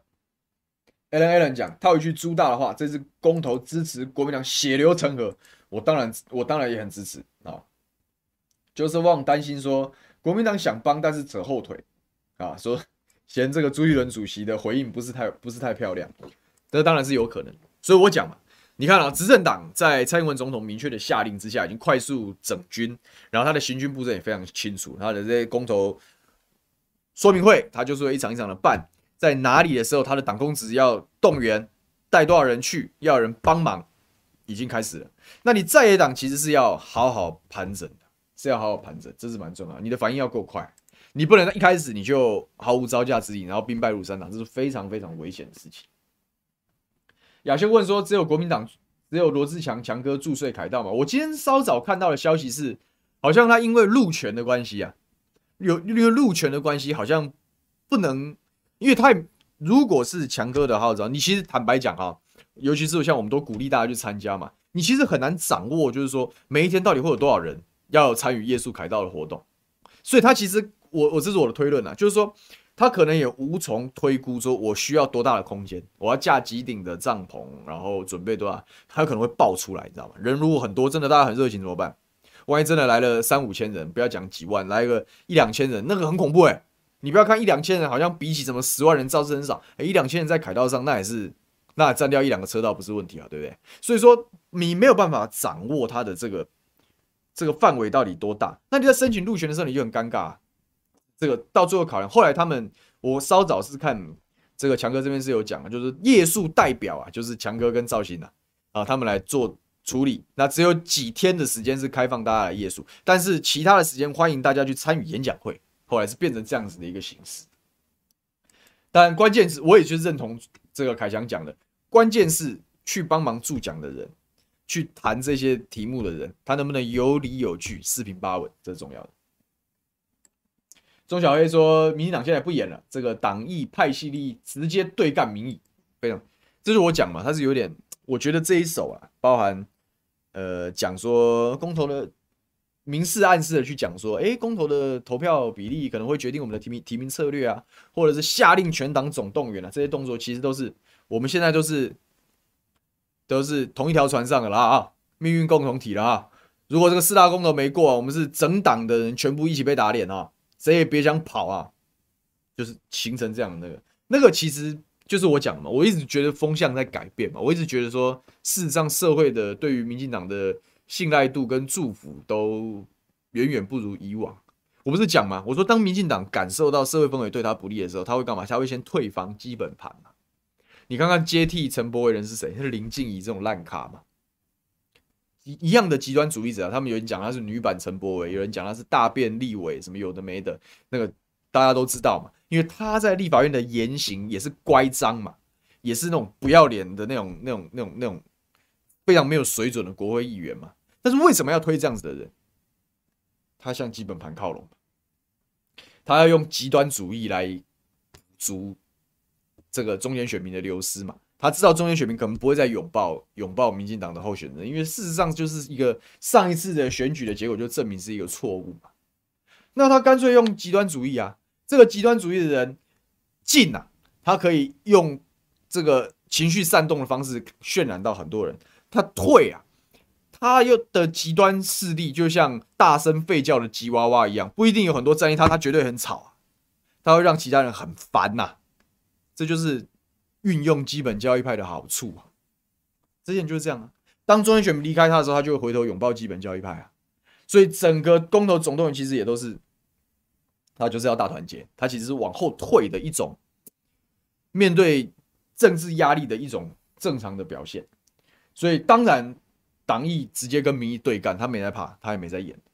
Speaker 1: Alan Alan 讲套一句朱大的话，这次公投支持国民党血流成河，我当然我当然也很支持啊。就是旺担心说国民党想帮，但是扯后腿啊，说嫌这个朱立伦主席的回应不是太不是太漂亮，这当然是有可能。所以我讲嘛，你看啊，执政党在蔡英文总统明确的下令之下，已经快速整军，然后他的行军布阵也非常清楚，他的这些公投说明会，他就是会一场一场的办，在哪里的时候，他的党公职要动员，带多少人去，要有人帮忙，已经开始了。那你在野党其实是要好好盘整的，是要好好盘整，这是蛮重要的。你的反应要够快，你不能一开始你就毫无招架之力，然后兵败如山倒，这是非常非常危险的事情。亚轩问说：“只有国民党，只有罗志强强哥驻税凯道吗？”我今天稍早看到的消息是，好像他因为路权的关系啊，有因为路权的关系，好像不能，因为他如果是强哥的号召，你其实坦白讲哈，尤其是像我们都鼓励大家去参加嘛，你其实很难掌握，就是说每一天到底会有多少人要参与夜宿凯道的活动，所以他其实我我这是我的推论啊，就是说。他可能也无从推估说，我需要多大的空间，我要架几顶的帐篷，然后准备多少，他可能会爆出来，你知道吗？人如果很多，真的大家很热情怎么办？万一真的来了三五千人，不要讲几万，来个一两千人，那个很恐怖哎、欸！你不要看一两千人，好像比起什么十万人造势很少，欸、一两千人在凯道上，那也是那也占掉一两个车道不是问题啊，对不对？所以说你没有办法掌握他的这个这个范围到底多大，那你在申请入选的时候你就很尴尬、啊。这个到最后考量，后来他们我稍早是看这个强哥这边是有讲的，就是夜宿代表啊，就是强哥跟赵鑫啊，啊他们来做处理。那只有几天的时间是开放大家来夜宿，但是其他的时间欢迎大家去参与演讲会。后来是变成这样子的一个形式。但关键是，我也就认同这个凯翔讲的，关键是去帮忙助讲的人，去谈这些题目的人，他能不能有理有据、四平八稳，这是重要的。钟小黑说，民进党现在不演了，这个党意派系利益直接对干民意，非常，这是我讲嘛，他是有点，我觉得这一手啊，包含呃讲说公投的明示暗示的去讲说，哎，公投的投票比例可能会决定我们的提名提名策略啊，或者是下令全党总动员啊，这些动作其实都是我们现在都是都是同一条船上的啦啊，命运共同体了啊。如果这个四大公投没过、啊，我们是整党的人全部一起被打脸啊。谁也别想跑啊！就是形成这样的那个，那个其实就是我讲嘛，我一直觉得风向在改变嘛，我一直觉得说，事实上社会的对于民进党的信赖度跟祝福都远远不如以往。我不是讲嘛，我说当民进党感受到社会氛围对他不利的时候，他会干嘛？他会先退防基本盘嘛。你看看接替陈柏惟人是谁？是林静怡这种烂咖嘛。一样的极端主义者、啊，他们有人讲他是女版陈柏惟，有人讲他是大便立委，什么有的没的，那个大家都知道嘛。因为他在立法院的言行也是乖张嘛，也是那种不要脸的那种、那种、那种、那种非常没有水准的国会议员嘛。但是为什么要推这样子的人？他向基本盘靠拢，他要用极端主义来补足这个中间选民的流失嘛。他知道中间选民可能不会再拥抱拥抱民进党的候选人，因为事实上就是一个上一次的选举的结果就证明是一个错误嘛。那他干脆用极端主义啊，这个极端主义的人进啊，他可以用这个情绪煽动的方式渲染到很多人。他退啊，他又的极端势力就像大声吠叫的吉娃娃一样，不一定有很多战役他，他绝对很吵啊，他会让其他人很烦呐、啊。这就是运用基本教义派的好处啊，之前就是这样啊。当中间选民离开他的时候，他就会回头拥抱基本教义派啊。所以整个公投总动员其实也都是，他就是要大团结，他其实是往后退的一种面对政治压力的一种正常的表现。所以当然党意直接跟民意对干，他没在怕，他也没在演。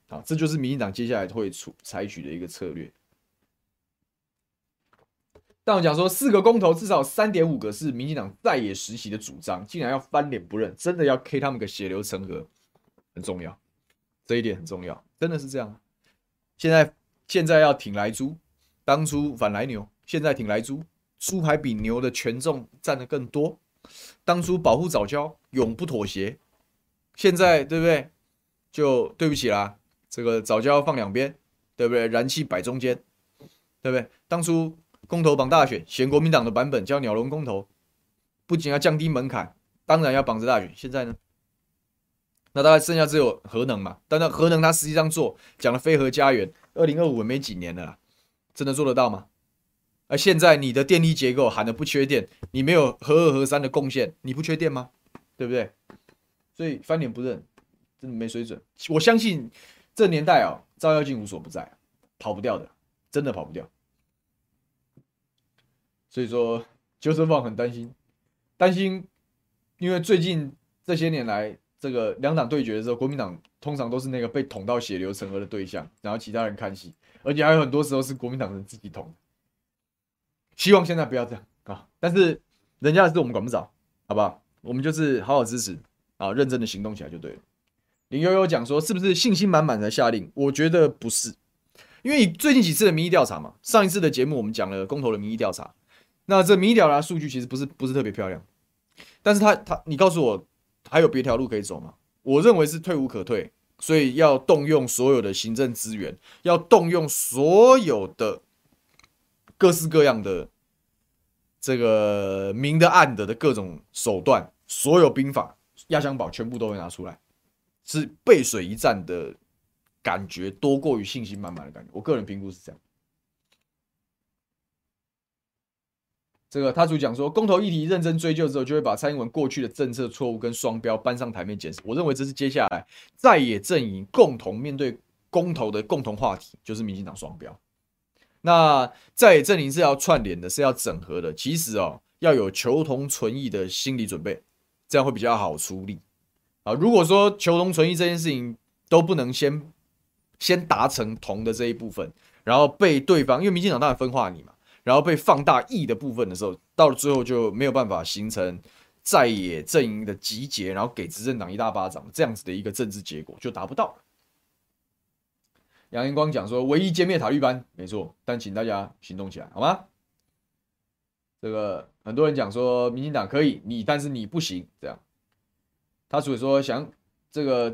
Speaker 1: 好，这就是民进党接下来会采取的一个策略。但我讲说，四个公投至少 三点五 个是民进党在野时期的主张，竟然要翻脸不认，真的要 K 他们个血流成河，很重要，这一点很重要，真的是这样。现在现在要挺莱猪，当初反莱牛，现在挺莱猪，猪还比牛的权重占得更多。当初保护早教，永不妥协，现在对不对？就对不起啦，这个早教放两边，对不对？燃气摆中间，对不对？当初公投绑大选，选国民党的版本叫鸟笼公投，不仅要降低门槛，当然要绑着大选。现在呢？那大概剩下只有核能嘛，但那核能它实际上做讲的非核家园，二零二五没几年了啦，真的做得到吗？而现在你的电力结构喊的不缺电，你没有核二核三的贡献，你不缺电吗？对不对？所以翻脸不认，真的没水准。我相信这年代啊、哦，照妖镜无所不在，跑不掉的，真的跑不掉。所以说，Joseph Wong很担心，担心，因为最近这些年来，这个两党对决的时候，国民党通常都是那个被捅到血流成河的对象，然后其他人看戏，而且还有很多时候是国民党人自己捅。希望现在不要这样啊！但是人家的事我们管不着，好不好？我们就是好好支持啊，认真的行动起来就对了。林悠悠讲说，是不是信心满满才下令？我觉得不是，因为最近几次的民意调查嘛，上一次的节目我们讲了公投的民意调查，那这民意调查数据其实不是不是特别漂亮，但是他他你告诉我还有别条路可以走吗？我认为是退无可退，所以要动用所有的行政资源，要动用所有的各式各样的这个明的暗的的各种手段，所有兵法、压箱宝全部都会拿出来，是背水一战的感觉多过于信心满满的感觉。我个人评估是这样。这个他主讲说，公投议题认真追究之后，就会把蔡英文过去的政策错误跟双标搬上台面检视。我认为这是接下来在野阵营共同面对公投的共同话题，就是民进党双标。那在野阵营是要串联的，是要整合的。其实哦，要有求同存异的心理准备，这样会比较好处理。啊，如果说求同存异这件事情都不能先先达成同的这一部分，然后被对方，因为民进党当然分化你嘛。然后被放大异的部分的时候，到了最后就没有办法形成在野阵营的集结，然后给执政党一大巴掌这样子的一个政治结果就达不到。杨延光讲说，唯一歼灭塔利班，没错，但请大家行动起来，好吗？这个很多人讲说，民进党可以你，但是你不行，这样。他所以说想这个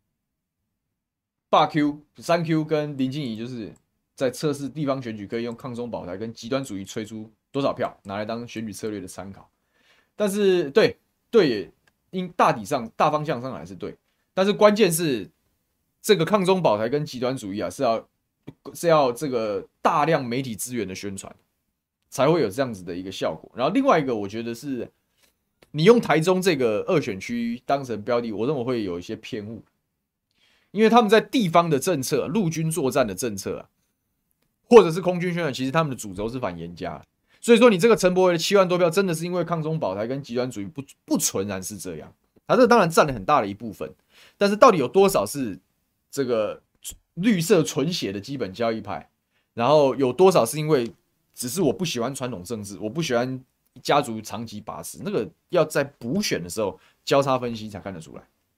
Speaker 1: 霸 Q 三 Q 跟林静怡就是。在测试地方选举可以用抗中保台跟极端主义吹出多少票，拿来当选举策略的参考。但是对对也因大体上大方向上来是对，但是关键是这个抗中保台跟极端主义啊是要是要这个大量媒体资源的宣传，才会有这样子的一个效果。然后另外一个我觉得是你用台中这个二选区当成标的，我认为会有一些偏误，因为他们在地方的政策，陆军作战的政策啊。或者是空军宣传，其实他们的主轴是反严家，所以说你这个陈柏惟的七万多票，真的是因为抗中保台跟极端主义不不纯然是这样，他这当然占了很大的一部分，但是到底有多少是这个绿色纯血的基本教义派，然后有多少是因为只是我不喜欢传统政治，我不喜欢家族长期把持，那个要在补选的时候交叉分析才看得出来。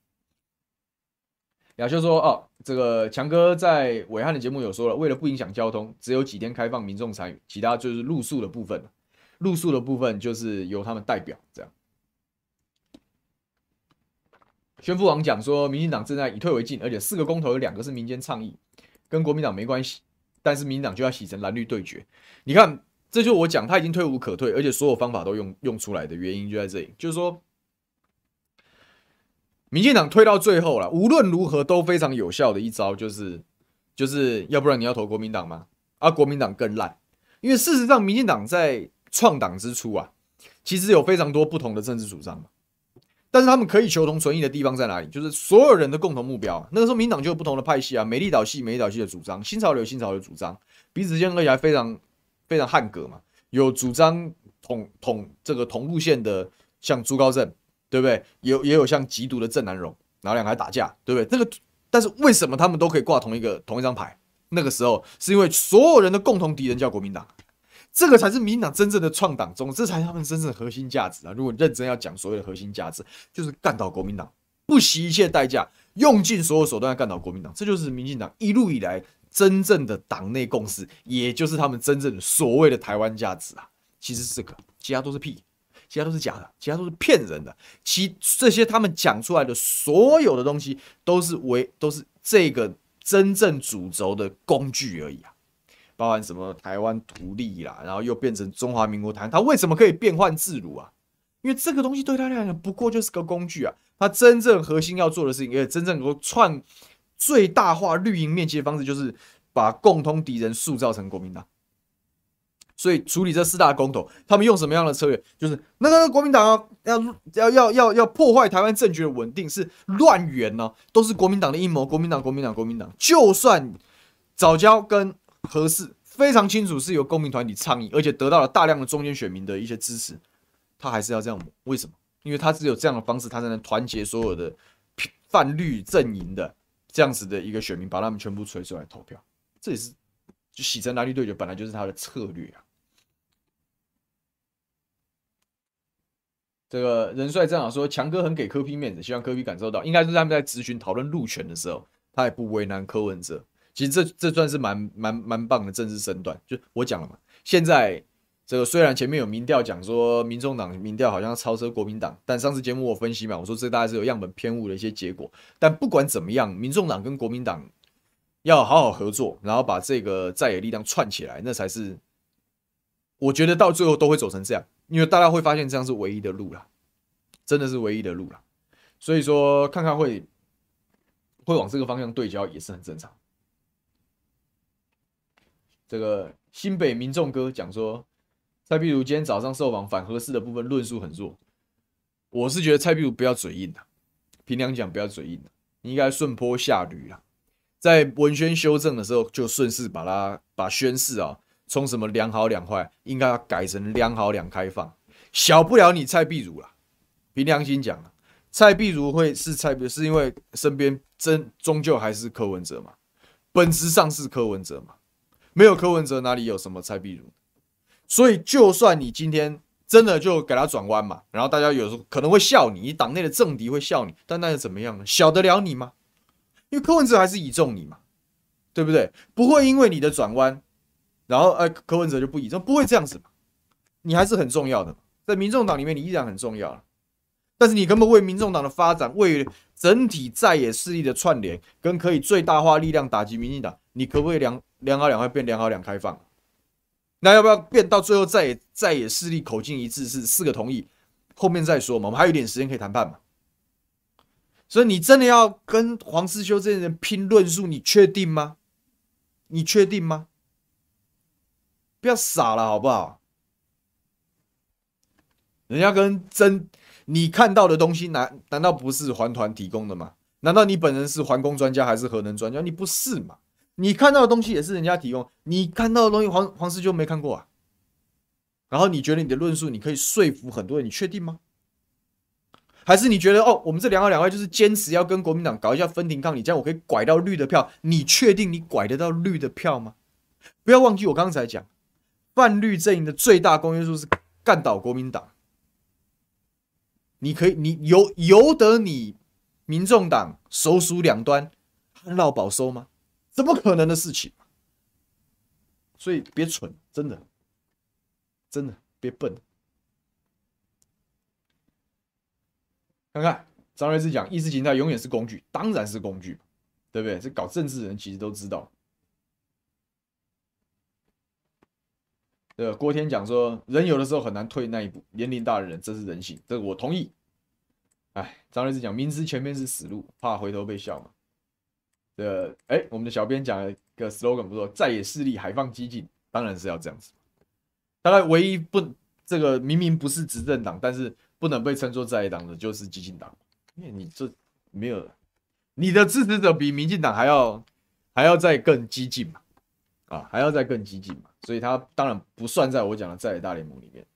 Speaker 1: 亚修说：“哦，这个强哥在伟汉的节目有说了，为了不影响交通，只有几天开放民众参与，其他就是露宿的部分。露宿的部分就是由他们代表这样。”宣父王讲说，民进党正在以退为进，而且四个公投有两个是民间倡议，跟国民党没关系，但是民进党就要洗成蓝绿对决。你看，这就是我讲他已经退无可退，而且所有方法都用用出来的原因就在这里，就是说。民进党推到最后了，无论如何都非常有效的一招，就是就是要不然你要投国民党吗？啊，国民党更烂，因为事实上，民进党在创党之初啊，其实有非常多不同的政治主张嘛，但是他们可以求同存异的地方在哪里？就是所有人的共同目标、啊。那个时候，民进党就有不同的派系啊，美丽岛系、美丽岛系的主张，新潮流、新潮流的主张，彼此之间而且还非常非常汉格嘛，有主张统统这个同路线的，像朱高正。对不对？也有也有像极独的郑南榕，然后两个还打架，对不对？这个但是为什么他们都可以挂同一个同一张牌？那个时候是因为所有人的共同敌人叫国民党，这个才是民进党真正的创党宗，这才是他们真正的核心价值啊！如果认真要讲所谓的核心价值，就是干倒国民党，不惜一切代价，用尽所有手段要干倒国民党，这就是民进党一路以来真正的党内共识，也就是他们真正的所谓的台湾价值啊！其实是这个，其他都是屁。其他都是假的，其他都是骗人的。其这些他们讲出来的所有的东西，都是为都是这个真正主轴的工具而已啊。包含什么台湾独立啦，然后又变成中华民国台湾，他为什么可以变换自如啊？因为这个东西对他来讲不过就是个工具啊。他真正核心要做的事情，也真正能够创最大化绿营面积的方式，就是把共同敌人塑造成国民党。所以处理这四大公投，他们用什么样的策略？就是那个国民党啊，要要要要要破坏台湾政局的稳定，是乱源呢、啊，都是国民党的阴谋。国民党，国民党，国民党。就算早教跟核四非常清楚是由公民团体倡议，而且得到了大量的中间选民的一些支持，他还是要这样磨。为什么？因为他只有这样的方式，他才能团结所有的泛绿阵营的这样子的一个选民，把他们全部吹出来投票。这也是就洗成蓝绿对决，本来就是他的策略啊。这个仁帅站长说，强哥很给柯 P 面子，希望柯 P 感受到，应该是他们在质询讨论路权的时候，他也不为难柯文哲。其实这这算是蛮蛮蛮棒的政治身段。就我讲了嘛，现在这个虽然前面有民调讲说民众党民调好像超车国民党，但上次节目我分析嘛，我说这大概是有样本偏误的一些结果。但不管怎么样，民众党跟国民党要好好合作，然后把这个在野力量串起来，那才是我觉得到最后都会走成这样。因为大家会发现这样是唯一的路啦，真的是唯一的路啦。所以说，看看会会往这个方向对焦也是很正常。这个新北民众哥讲说，蔡壁如今天早上受访反核四的部分论述很弱，我是觉得蔡壁如不要嘴硬的，凭良讲不要嘴硬的，你应该顺坡下驴啦。在文宣修正的时候，就顺势把它把宣誓啊。从什么两好两坏，应该要改成两好两开放，小不了你蔡壁如啦。凭良心讲，蔡壁如会是蔡壁如，是因为身边真终究还是柯文哲嘛，本质上是柯文哲嘛，没有柯文哲哪里有什么蔡壁如？所以就算你今天真的就给他转弯嘛，然后大家有时候可能会笑你，你党内的政敌会笑你，但那又怎么样呢？小得了你吗？因为柯文哲还是倚重你嘛，对不对？不会因为你的转弯。然后，呃，柯文哲就不倚重，不会这样子嘛？你还是很重要的嘛，在民众党里面，你依然很重要了。但是你根本为民众党的发展，为整体在野势力的串联，跟可以最大化力量打击民进党，你可不可以两两好两坏变两好两开放？那要不要变到最后在野在野势力口径一致是四个同意？后面再说嘛，我们还有一点时间可以谈判嘛。所以你真的要跟黄世修这些人拼论述，你确定吗？你确定吗？不要傻了好不好？人家跟真你看到的东西难难道不是环团提供的吗？难道你本人是环工专家还是核能专家？你不是嘛？你看到的东西也是人家提供，你看到的东西黄黄世修没看过啊？然后你觉得你的论述你可以说服很多人，你确定吗？还是你觉得哦，我们这两好两坏就是坚持要跟国民党搞一下分庭抗礼，这样我可以拐到绿的票？你确定你拐得到绿的票吗？不要忘记我刚才讲。泛绿阵营的最大公约数是干倒国民党，你可以，你由由得你民众党手鼠两端旱涝保收吗？怎么可能的事情？所以别蠢，真的，真的别笨。看看张瑞智讲，意识形态永远是工具，当然是工具，对不对？这搞政治的人其实都知道。对，郭天讲说，人有的时候很难退那一步，年龄大的人这是人性，这个我同意。哎，张瑞智讲，明知前面是死路，怕回头被笑嘛。呃，哎，我们的小编讲了一个 slogan 不错，在野势力海放激进，当然是要这样子。大概唯一不这个明明不是执政党，但是不能被称作在野党的就是激进党，因为你这没有你的支持者比民进党还要还要再更激进嘛。啊，还要再更激进嘛，所以他当然不算在我讲的在野大联盟里面。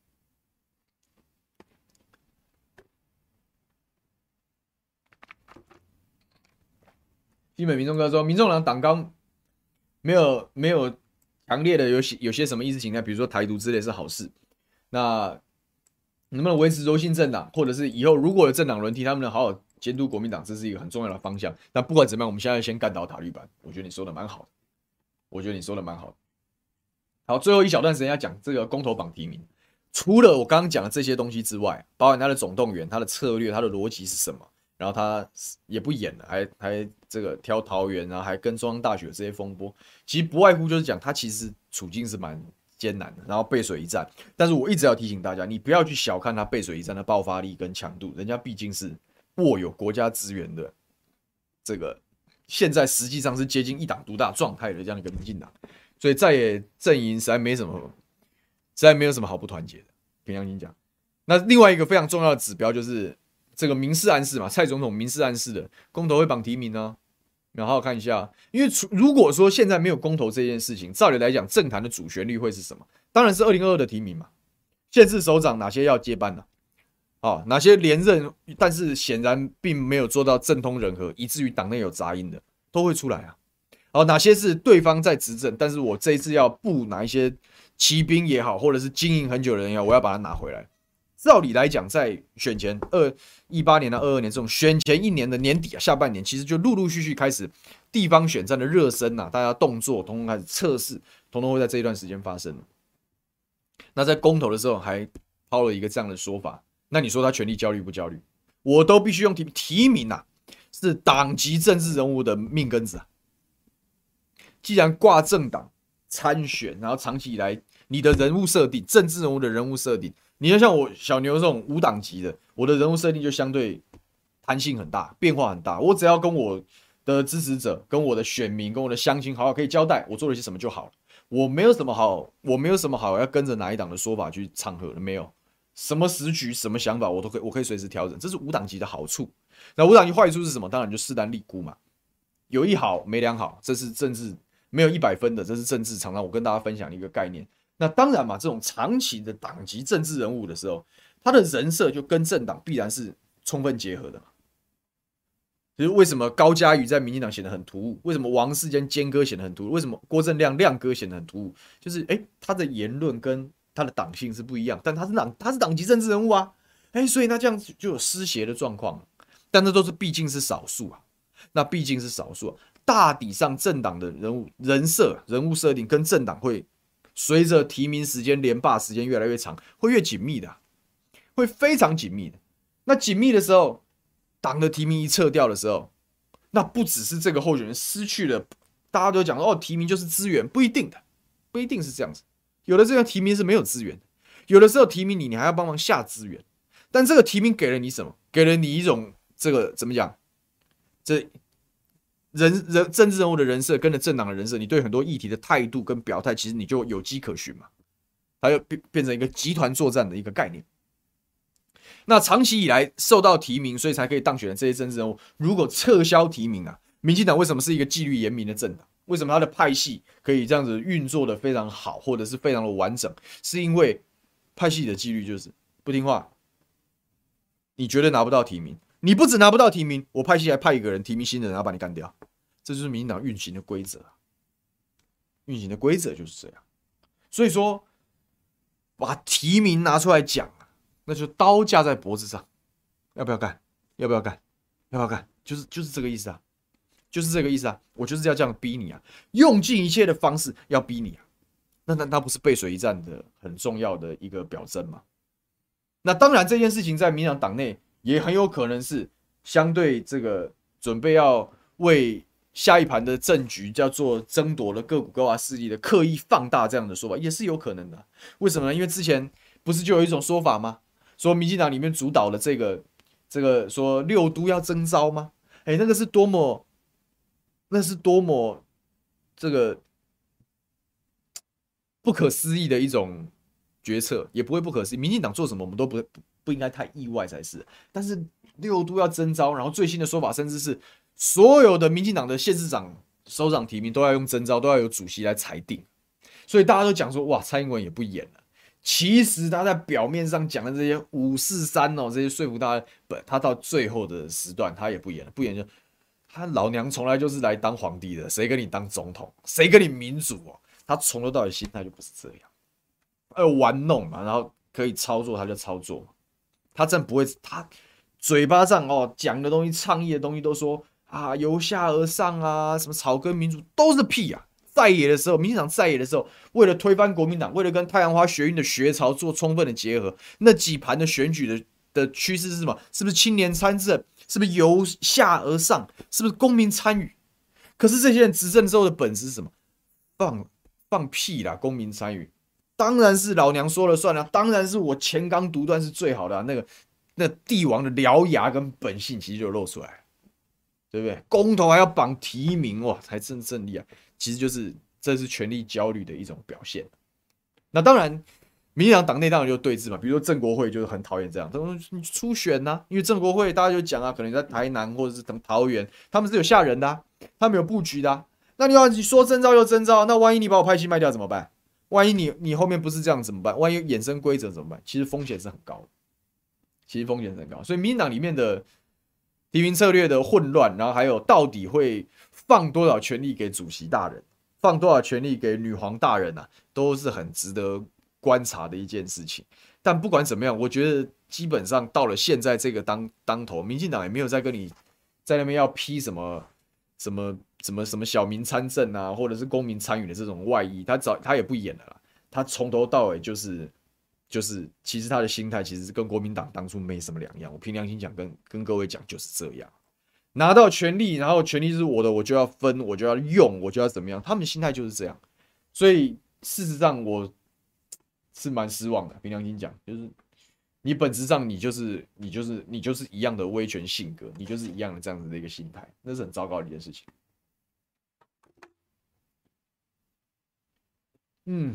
Speaker 1: 基本民众哥说，民众党党纲没有没有强烈的有些有些什么意识形态，比如说台独之类是好事。那能不能维持柔性政党，或者是以后如果有政党轮替，他们能好好监督国民党，这是一个很重要的方向。但不管怎么样，我们现在先干倒塔利班。我觉得你说的蛮好的，我觉得你说的蛮好的。好，最后一小段时间要讲这个公投榜提名。除了我刚刚讲的这些东西之外，包含它的总动员、它的策略、它的逻辑是什么，然后他也不演了，还还这个挑桃园啊，还跟中央大学这些风波，其实不外乎就是讲他其实处境是蛮艰难的，然后背水一战。但是我一直要提醒大家，你不要去小看他背水一战的爆发力跟强度，人家毕竟是握有国家资源的，这个现在实际上是接近一党独大状态的这样一个民进党，所以在野阵营实在没什么，实在没有什么好不团结的。凭良心讲，那另外一个非常重要的指标就是这个明示暗示嘛，蔡总统明示暗示的公投会绑提名呢、啊，然后看一下，因为如果说现在没有公投这件事情，照理来讲，政坛的主旋律会是什么？当然是二零二二的提名嘛，县市首长哪些要接班呢、啊？哦，哪些连任，但是显然并没有做到政通人和，以至于党内有杂音的，都会出来啊。好，哪些是对方在执政，但是我这一次要布哪一些骑兵也好，或者是经营很久的人也好，我要把它拿回来。照理来讲，在选前二一八年到二二年这种选前一年的年底啊，下半年其实就陆陆续续开始地方选战的热身啊，大家动作统统开始测试，统统会在这一段时间发生。那在公投的时候还抛了一个这样的说法，那你说他权力焦虑不焦虑？我都必须用提提名啊，是党籍政治人物的命根子啊。既然挂政党参选，然后长期以来你的人物设定，政治人物的人物设定，你要像我小牛这种无党籍的，我的人物设定就相对弹性很大，变化很大。我只要跟我的支持者、跟我的选民、跟我的乡亲好好可以交代我做了些什么就好了。我没有什么好，我没有什么好要跟着哪一党的说法去唱和的，没有什么时局、什么想法，我都可以，我可以随时调整，这是无党籍的好处。那无党籍坏处是什么？当然就势单力孤嘛，有一好没两好，这是政治。没有一百分的，这是政治常常我跟大家分享一个概念。那当然嘛，这种长期的党籍政治人物的时候，他的人设就跟政党必然是充分结合的嘛。就是为什么高嘉瑜在民进党显得很突兀？为什么王世坚坚哥显得很突兀？为什么郭正亮亮哥显得很突兀？就是哎，他的言论跟他的党性是不一样，但他是党他是党籍政治人物啊，哎，所以那这样子就有失协的状况。但这都是毕竟是少数啊，那毕竟是少数、啊。大抵上，政党的人物人设、人物设定跟政党会随着提名时间、连霸时间越来越长，会越紧密的、啊，会非常紧密的。那紧密的时候，党的提名一撤掉的时候，那不只是这个候选人失去了，大家都讲哦，提名就是资源，不一定的，不一定是这样子。有的这个提名是没有资源的，有的时候提名你，你还要帮忙下资源。但这个提名给了你什么？给了你一种这个怎么讲？这人人政治人物的人设跟着政党的人设，你对很多议题的态度跟表态，其实你就有迹可循嘛。它就变变成一个集团作战的一个概念。那长期以来受到提名，所以才可以当选的这些政治人物，如果撤销提名啊，民进党为什么是一个纪律严明的政党？为什么他的派系可以这样子运作的非常好，或者是非常的完整？是因为派系的纪律就是不听话，你绝对拿不到提名。你不只拿不到提名，我派系还派一个人提名新人，然后把你干掉，这就是民进党运行的规则。运行的规则就是这样，所以说把提名拿出来讲，那就刀架在脖子上，要不要干？要不要干？要不要干？就是就是这个意思啊，就是这个意思啊，我就是要这样逼你啊，用尽一切的方式要逼你啊，那那那不是背水一战的很重要的一个表征吗？那当然这件事情在民进党党内。也很有可能是相对这个准备要为下一盘的政局叫做争夺了各股高压势力的刻意放大这样的说法，也是有可能的。为什么呢？因为之前不是就有一种说法吗？说民进党里面主导了这个这个说六都要征召吗？哎，那个是多么，那是多么这个不可思议的一种决策，也不会不可思议。民进党做什么我们都不不应该太意外才是，但是六都要征召，然后最新的说法甚至是所有的民进党的县市长、首长提名都要用征召，都要有主席来裁定，所以大家都讲说，哇，蔡英文也不演了。其实他在表面上讲的这些五四三哦，这些说服大家，不，他到最后的时段他也不演了，不演就他老娘从来就是来当皇帝的，谁跟你当总统，谁跟你民主哦？他从头到尾心态就不是这样，呃，玩弄嘛，然后可以操作他就操作，他真不会，他嘴巴上哦讲的东西、倡议的东西都说啊由下而上啊，什么草根民主都是屁啊！在野的时候，民进党在野的时候，为了推翻国民党，为了跟太阳花学运的学潮做充分的结合，那几盘的选举的的趋势是什么？是不是青年参政？是不是由下而上？是不是公民参与？可是这些人执政之后的本质是什么？放放屁啦！公民参与，当然是老娘说了算了，当然是我钱纲独断是最好的、啊。那个那帝王的獠牙跟本性其实就露出来了，对不对？公投还要绑提名哇，才真正厉害。其实就是这是权力焦虑的一种表现。那当然，民进党党内当然就对峙嘛，比如说郑国会就是很讨厌这样，他说你初选呐、啊，因为郑国会大家就讲啊，可能在台南或者是桃园，他们是有吓人的、啊，他们有布局的、啊。那你要你说征召就征召，那万一你把我派系卖掉怎么办？万一你你后面不是这样怎么办？万一衍生规则怎么办？其实风险是很高的，其实风险是很高，所以民进党里面的提名策略的混乱，然后还有到底会放多少权力给主席大人，放多少权力给女皇大人啊，都是很值得观察的一件事情。但不管怎么样，我觉得基本上到了现在这个当当头，民进党也没有在跟你在那边要批什么什么什么什么小民参政啊，或者是公民参与的这种外衣，他早他也不演了啦，他从头到尾就是就是，其实他的心态其实是跟国民党当初没什么两样。我凭良心讲，跟跟各位讲就是这样。拿到权力，然后权力是我的，我就要分，我就要用，我就要怎么样？他们心态就是这样。所以事实上，我是蛮失望的。凭良心讲，就是你本质上你就是你就是你就是一样的威权性格，你就是一样的这样子的一个心态，那是很糟糕的一件事情。嗯。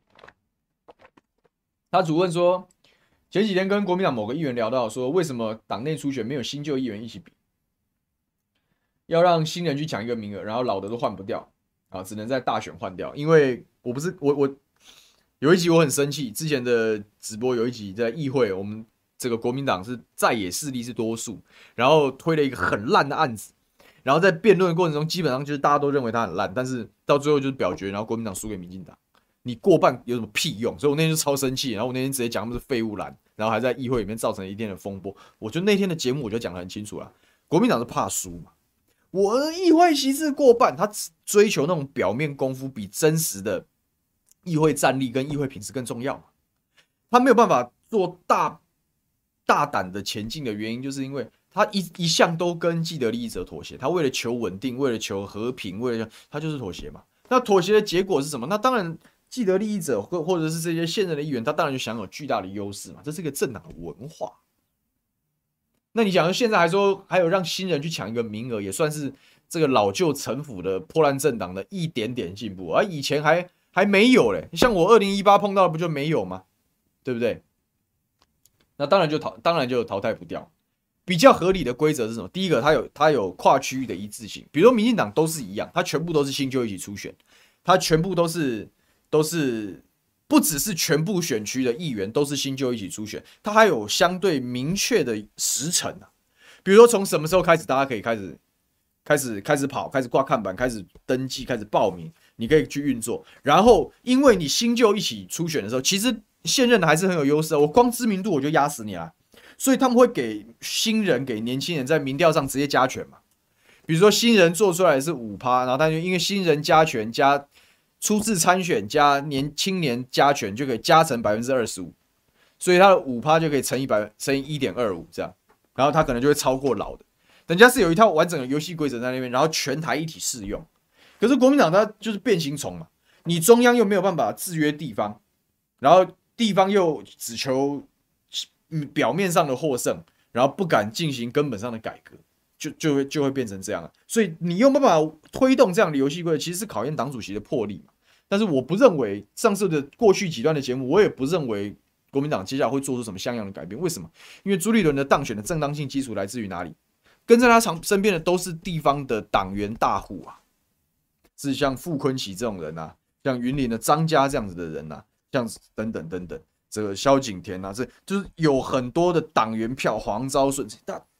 Speaker 1: 他主问说，前几天跟国民党某个议员聊到说，为什么党内初选没有新旧议员一起比，要让新人去抢一个名额，然后老的都换不掉啊，只能在大选换掉。因为我不是我我有一集我很生气，之前的直播有一集在议会，我们这个国民党是在野势力是多数，然后推了一个很烂的案子，然后在辩论的过程中，基本上就是大家都认为它很烂，但是到最后就是表决，然后国民党输给民进党。你过半有什么屁用？所以我那天就超生气，然后我那天直接讲他们是废物蓝，然后还在议会里面造成一天的风波。我觉得那天的节目我就讲得很清楚了，国民党是怕输嘛，我的议会席次过半，他追求那种表面功夫比真实的议会战力跟议会品质更重要嘛。他没有办法做大大胆的前进的原因，就是因为他一一向都跟既得利益者妥协，他为了求稳定，为了求和平，为了他就是妥协嘛。那妥协的结果是什么？那当然。既得利益者或或者是这些现任的议员，他当然就享有巨大的优势嘛，这是一个政党的文化。那你想，现在还说还有让新人去抢一个名额，也算是这个老旧陈腐的破烂政党的一点点进步，而以前还还没有嘞。像我二零一八碰到的不就没有吗？对不对？那当然就淘，当然就淘汰不掉。比较合理的规则是什么？第一个，它有它有跨区域的一致性，比如说民进党都是一样，它全部都是新旧一起初选，它全部都是。都是不只是全部选区的议员都是新旧一起初选，它还有相对明确的时程啊。比如说从什么时候开始，大家可以开始开始开始跑，开始挂看板，开始登记，开始报名，你可以去运作。然后因为你新旧一起初选的时候，其实现任的还是很有优势啊，我光知名度我就压死你啦。所以他们会给新人、给年轻人在民调上直接加权嘛。比如说新人做出来是 百分之五， 然后他就因为新人加权加。初次参选加年青年加权就可以加成 百分之二十五， 所以他的 百分之五 就可以乘以乘以 一点二五 这样，然后他可能就会超过老的。人家是有一套完整的游戏规则在那边，然后全台一体适用。可是国民党它就是变形虫嘛，你中央又没有办法制约地方，然后地方又只求表面上的获胜，然后不敢进行根本上的改革。就就会就会变成这样了，所以你有没有办法推动这样的游戏规则，其实是考验党主席的魄力嘛。但是我不认为上次的过去几段的节目，我也不认为国民党接下来会做出什么像样的改变。为什么？因为朱立伦的当选的正当性基础来自于哪里？跟在他身边的都是地方的党员大户啊，是像傅昆萁这种人啊，像云林的张家这样子的人啊，像等等等等，这个萧景田啊，这就是有很多的党员票，黄昭顺，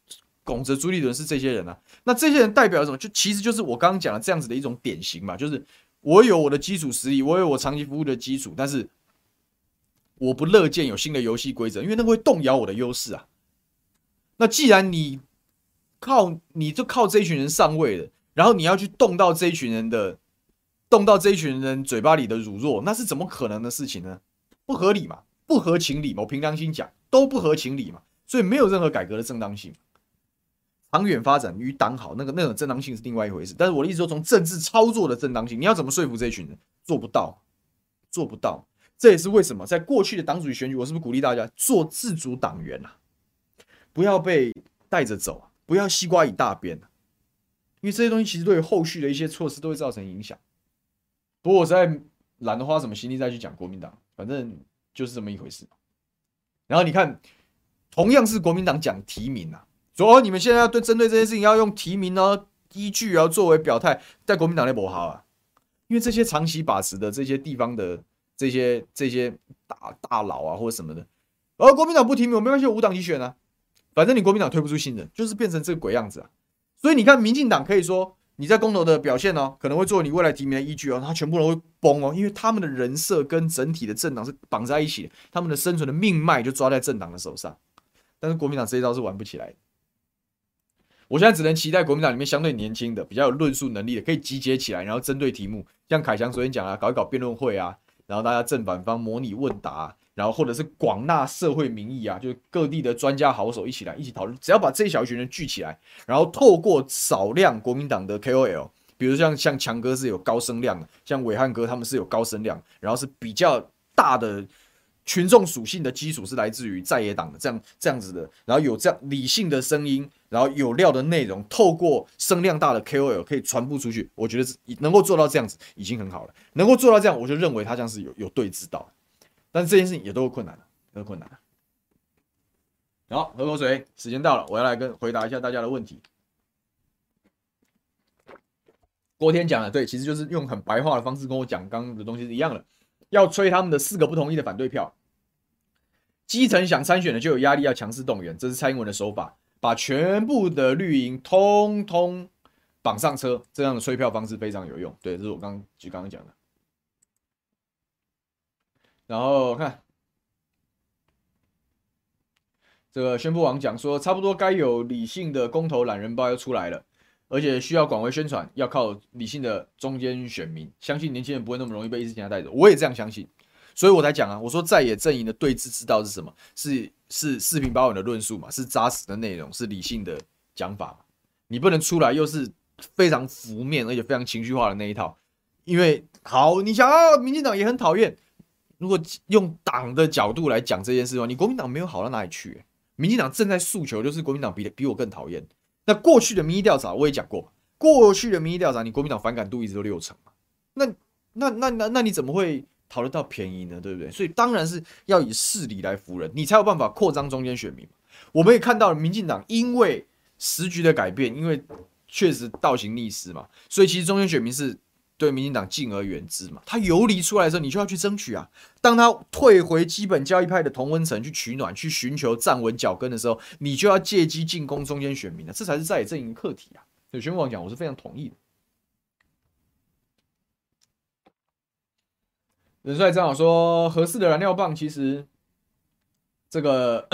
Speaker 1: 拱着朱立伦是这些人啊。那这些人代表什么？就其实就是我刚刚讲的这样子的一种典型嘛，就是我有我的基础实力，我有我长期服务的基础，但是我不乐见有新的游戏规则，因为那个会动摇我的优势啊。那既然你靠你就靠这一群人上位了，然后你要去动到这一群人的动到这一群人嘴巴里的乳酪，那是怎么可能的事情呢？不合理嘛，不合情理嘛，我凭良心讲，都不合情理嘛，所以没有任何改革的正当性。长远发展与党好，那个那种正当性是另外一回事。但是我的意思说，从政治操作的正当性，你要怎么说服这一群人？做不到，做不到。这也是为什么在过去的党主席选举，我是不是鼓励大家做自主党员啊？不要被带着走啊，不要西瓜一大边啊，因为这些东西其实对于后续的一些措施都会造成影响。不过我实在懒得花什么心力再去讲国民党，反正就是这么一回事。然后你看，同样是国民党讲提名啊，说、哦、你们现在要对针对这件事情要用提名呢依据啊作为表态，在国民党内不好啊，因为这些长期把持的这些地方的这些这些大大佬啊或者什么的，而、哦、国民党不提名，我没关系，我无党籍选啊，反正你国民党推不出新人，就是变成这个鬼样子啊。所以你看，民进党可以说你在公投的表现哦，可能会作为你未来提名的依据哦，他全部人会崩哦，因为他们的人设跟整体的政党是绑在一起的，他们的生存的命脉就抓在政党的手上。但是国民党这一招是玩不起来的。我现在只能期待国民党里面相对年轻的、比较有论述能力的，可以集结起来，然后针对题目，像凯翔昨天讲啊，搞一搞辩论会啊，然后大家正反方模拟问答、啊，然后或者是广纳社会民意啊，就是各地的专家好手一起来一起讨论，只要把这一小群人聚起来，然后透过少量国民党的 K O L， 比如像像强哥是有高声量的，像伟汉哥他们是有高声量，然后是比较大的群众属性的基础是来自于在野党的这样这样子的，然后有这样理性的声音，然后有料的内容，透过声量大的 K O L 可以传播出去，我觉得能够做到这样子已经很好了。能够做到这样，我就认为他这样是有有对之道，但是这件事情也都有困难的，都有困难的。好，喝口水，时间到了，我要来跟回答一下大家的问题。郭天讲的对，其实就是用很白话的方式跟我讲刚刚的东西是一样的，要吹他们的四个不同意的反对票。基层想参选的就有压力，要强势动员，这是蔡英文的手法，把全部的绿营通通绑上车，这样的催票方式非常有用。对，这是我刚就刚刚讲的。然后看这个宣布网讲说，差不多该有理性的公投懒人包要出来了，而且需要广为宣传，要靠理性的中间选民，相信年轻人不会那么容易被意识形态带走。我也这样相信。所以我才讲啊，我说在野阵营的对峙之道是什么？是是四平八稳的论述嘛，是扎实的内容，是理性的讲法嘛。你不能出来又是非常浮面而且非常情绪化的那一套，因为好，你想啊，民进党也很讨厌。如果用党的角度来讲这件事的话，你国民党没有好到哪里去、欸。民进党正在诉求就是国民党比比我更讨厌。那过去的民意调查我也讲过，过去的民意调查，你国民党反感度一直都六成嘛。那那那那那你怎么会讨得到便宜呢？对不对？所以当然是要以事理来服人，你才有办法扩张中间选民。我们也看到了，民进党因为时局的改变，因为确实倒行逆施嘛，所以其实中间选民是对民进党敬而远之嘛。他游离出来的时候，你就要去争取啊。当他退回基本教义派的同温层去取暖，去寻求站稳脚跟的时候，你就要借机进攻中间选民了，这才是在野阵营的课题啊。所以宣布网讲，我是非常同意的。任帅正好说，合适的燃料棒其实这个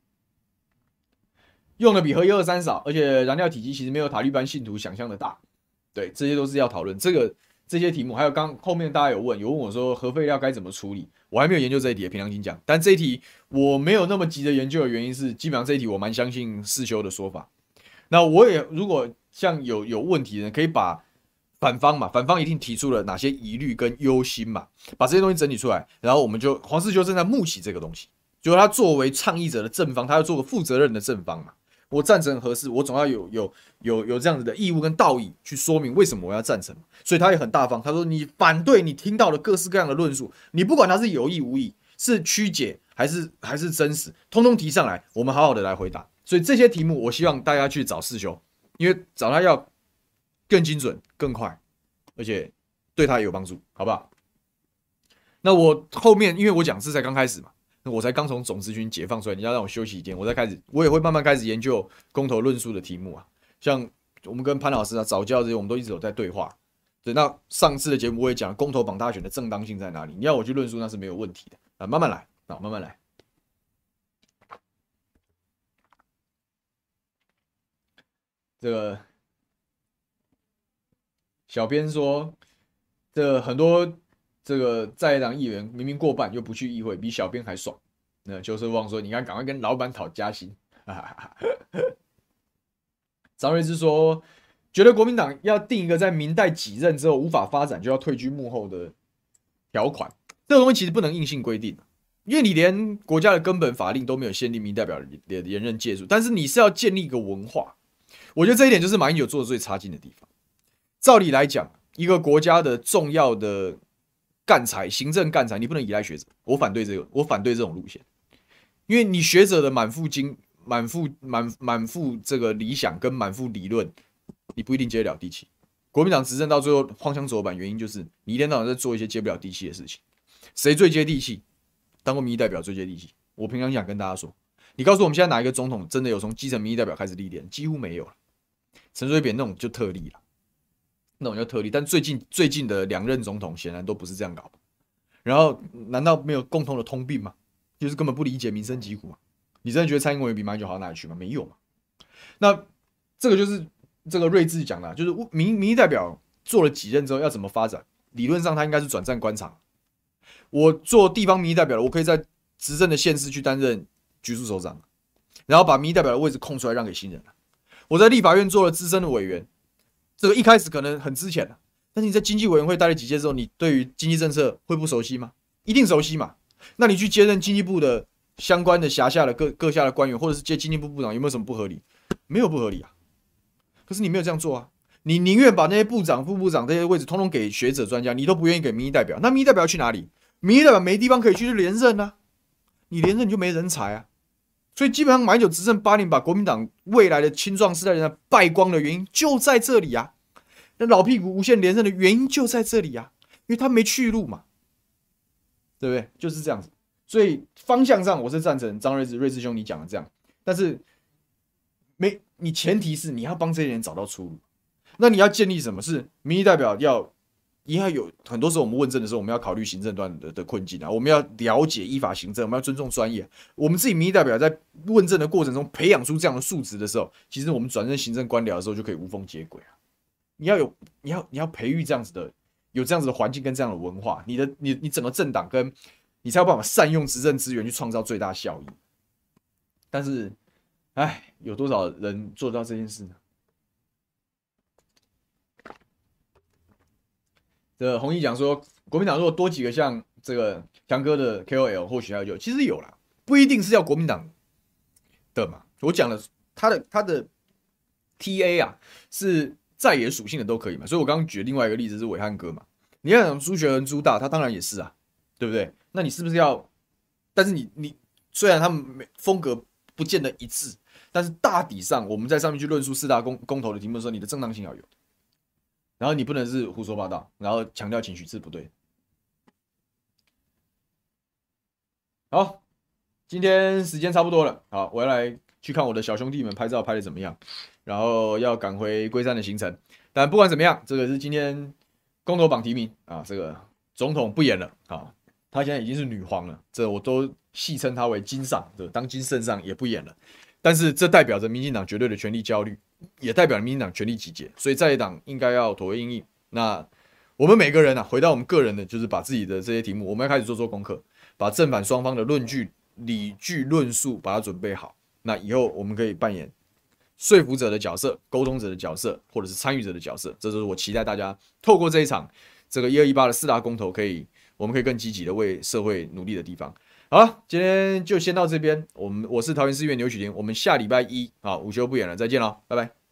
Speaker 1: 用的比核一二三少，而且燃料体积其实没有塔利班信徒想象的大。对，这些都是要讨论这个这些题目。还有刚后面大家有问，有问我说核废料该怎么处理，我还没有研究这一题，凭良心讲。但这一题我没有那么急着研究的原因是，基本上这一题我蛮相信世修的说法。那我也如果像有有问题的人，可以把反方嘛，反方一定提出了哪些疑虑跟忧心嘛，把这些东西整理出来，然后我们就黄世修正在募起这个东西，就是他作为倡议者的正方，他要做个负责任的正方嘛。我赞成核四，我总要有有有有这样子的义务跟道义去说明为什么我要赞成，所以他也很大方，他说你反对你听到的各式各样的论述，你不管他是有意无意，是曲解还是还是真实，通通提上来，我们好好的来回答。所以这些题目，我希望大家去找世修，因为找他要更精准、更快，而且对他也有帮助，好不好？那我后面因为我讲这才刚开始嘛， 我才刚从总咨询解放出来，你要让我休息一天，我再开始，我也会慢慢开始研究公投论述的题目啊。像我们跟潘老师啊、早教这些，我们都一直有在对话。对，那上次的节目我也讲公投绑大选的正当性在哪里，你要我去论述那是没有问题的啊，慢慢来啊，慢慢来。这个小编说，这很多这个在野党议员明明过半又不去议会，比小编还爽。那就是旺说，你看赶快跟老板讨加薪。张瑞智说，觉得国民党要定一个在明代几任之后无法发展就要退居幕后的条款，这个东西其实不能硬性规定，因为你连国家的根本法令都没有限定民意代表的连任届数，但是你是要建立一个文化。我觉得这一点就是马英九做的最差劲的地方。照理来讲，一个国家的重要的干才、行政干才，你不能依赖学者。我反对这个，我反对这种路线，因为你学者的满腹经、满腹、满满腹这个理想跟满腹理论，你不一定接得了地气。国民党执政到最后荒腔走板，原因就是你一天到晚在做一些接不了地气的事情。谁最接地气？当过民意代表最接地气。我平常想跟大家说，你告诉我们现在哪一个总统真的有从基层民意代表开始历练？几乎没有了。陈水扁那种就特例了，那种就特例。但最近最近的两任总统显然都不是这样搞。然后难道没有共同的通病吗？就是根本不理解民生疾苦嘛？你真的觉得蔡英文比马英九好到哪里去吗？没有嘛。那这个就是这个睿智讲的，就是民民意代表做了几任之后要怎么发展？理论上他应该是转战官场。我做地方民意代表，我可以在执政的县市去担任局处首长，然后把民意代表的位置空出来让给新人。我在立法院做了资深的委员，这个一开始可能很之前了，但是你在经济委员会待了几届之后，你对于经济政策会不熟悉吗？一定熟悉嘛。那你去接任经济部的相关的辖下的各各下的官员，或者是接经济部部长，有没有什么不合理？没有不合理啊。可是你没有这样做啊，你宁愿把那些部长、副部长这些位置通通给学者专家，你都不愿意给民意代表。那民意代表去哪里？民意代表没地方可以去连任啊，你连任你就没人才啊。所以基本上马英九执政八年，把国民党未来的青壮世代人败光的原因就在这里啊。那老屁股无限连任的原因就在这里啊，因为他没去路嘛，对不对？就是这样子。所以方向上我是赞成张瑞智、瑞智兄你讲的这样，但是没你前提是你要帮这些人找到出路。那你要建立什么？是民意代表要。也要有很多时候我们问政的时候，我们要考虑行政端 的, 的困境啊，我们要了解依法行政，我们要尊重专业。我们自己民意代表在问政的过程中培养出这样的素质的时候，其实我们转任行政官僚的时候就可以无缝接轨啊。你要有，你要你要培育这样子的，有这样子的环境跟这样的文化，你的你你整个政党跟你才有办法善用执政资源去创造最大效益。但是，哎，有多少人做得到这件事呢？这弘毅讲说，国民党如果多几个像这个强哥的 K O L， 或许还有救。其实有啦，不一定是要国民党的嘛。我讲的他的他的 T A 啊，是在野属性的都可以嘛。所以我刚刚举另外一个例子是伟汉哥嘛。你要讲朱学恒、朱大，他当然也是啊，对不对？那你是不是要？但是你你虽然他们风格不见得一致，但是大体上我们在上面去论述四大公公投的题目的时候，你的正当性要有。然后你不能是胡说八道，然后强调情绪是不对的。好，今天时间差不多了，好，我要来去看我的小兄弟们拍照拍的怎么样，然后要赶回龟山的行程。但不管怎么样，这个是今天公投榜提名啊，这个总统不演了啊，他现在已经是女皇了，这我都戏称他为金上，对，当今圣上也不演了。但是这代表着民进党绝对的权力焦虑，也代表了民进党权力集结，所以在野党应该要妥为因应。那我们每个人啊，回到我们个人的，就是把自己的这些题目，我们要开始做做功课，把正反双方的论据、理据、论述把它准备好。那以后我们可以扮演说服者的角色、沟通者的角色，或者是参与者的角色。这就是我期待大家透过这一场这个一二一八的四大公投，可以我们可以更积极的为社会努力的地方。好了，今天就先到这边。我们我是桃园市议员刘许婷，我们下礼拜一啊午休不演了，再见喽，拜拜。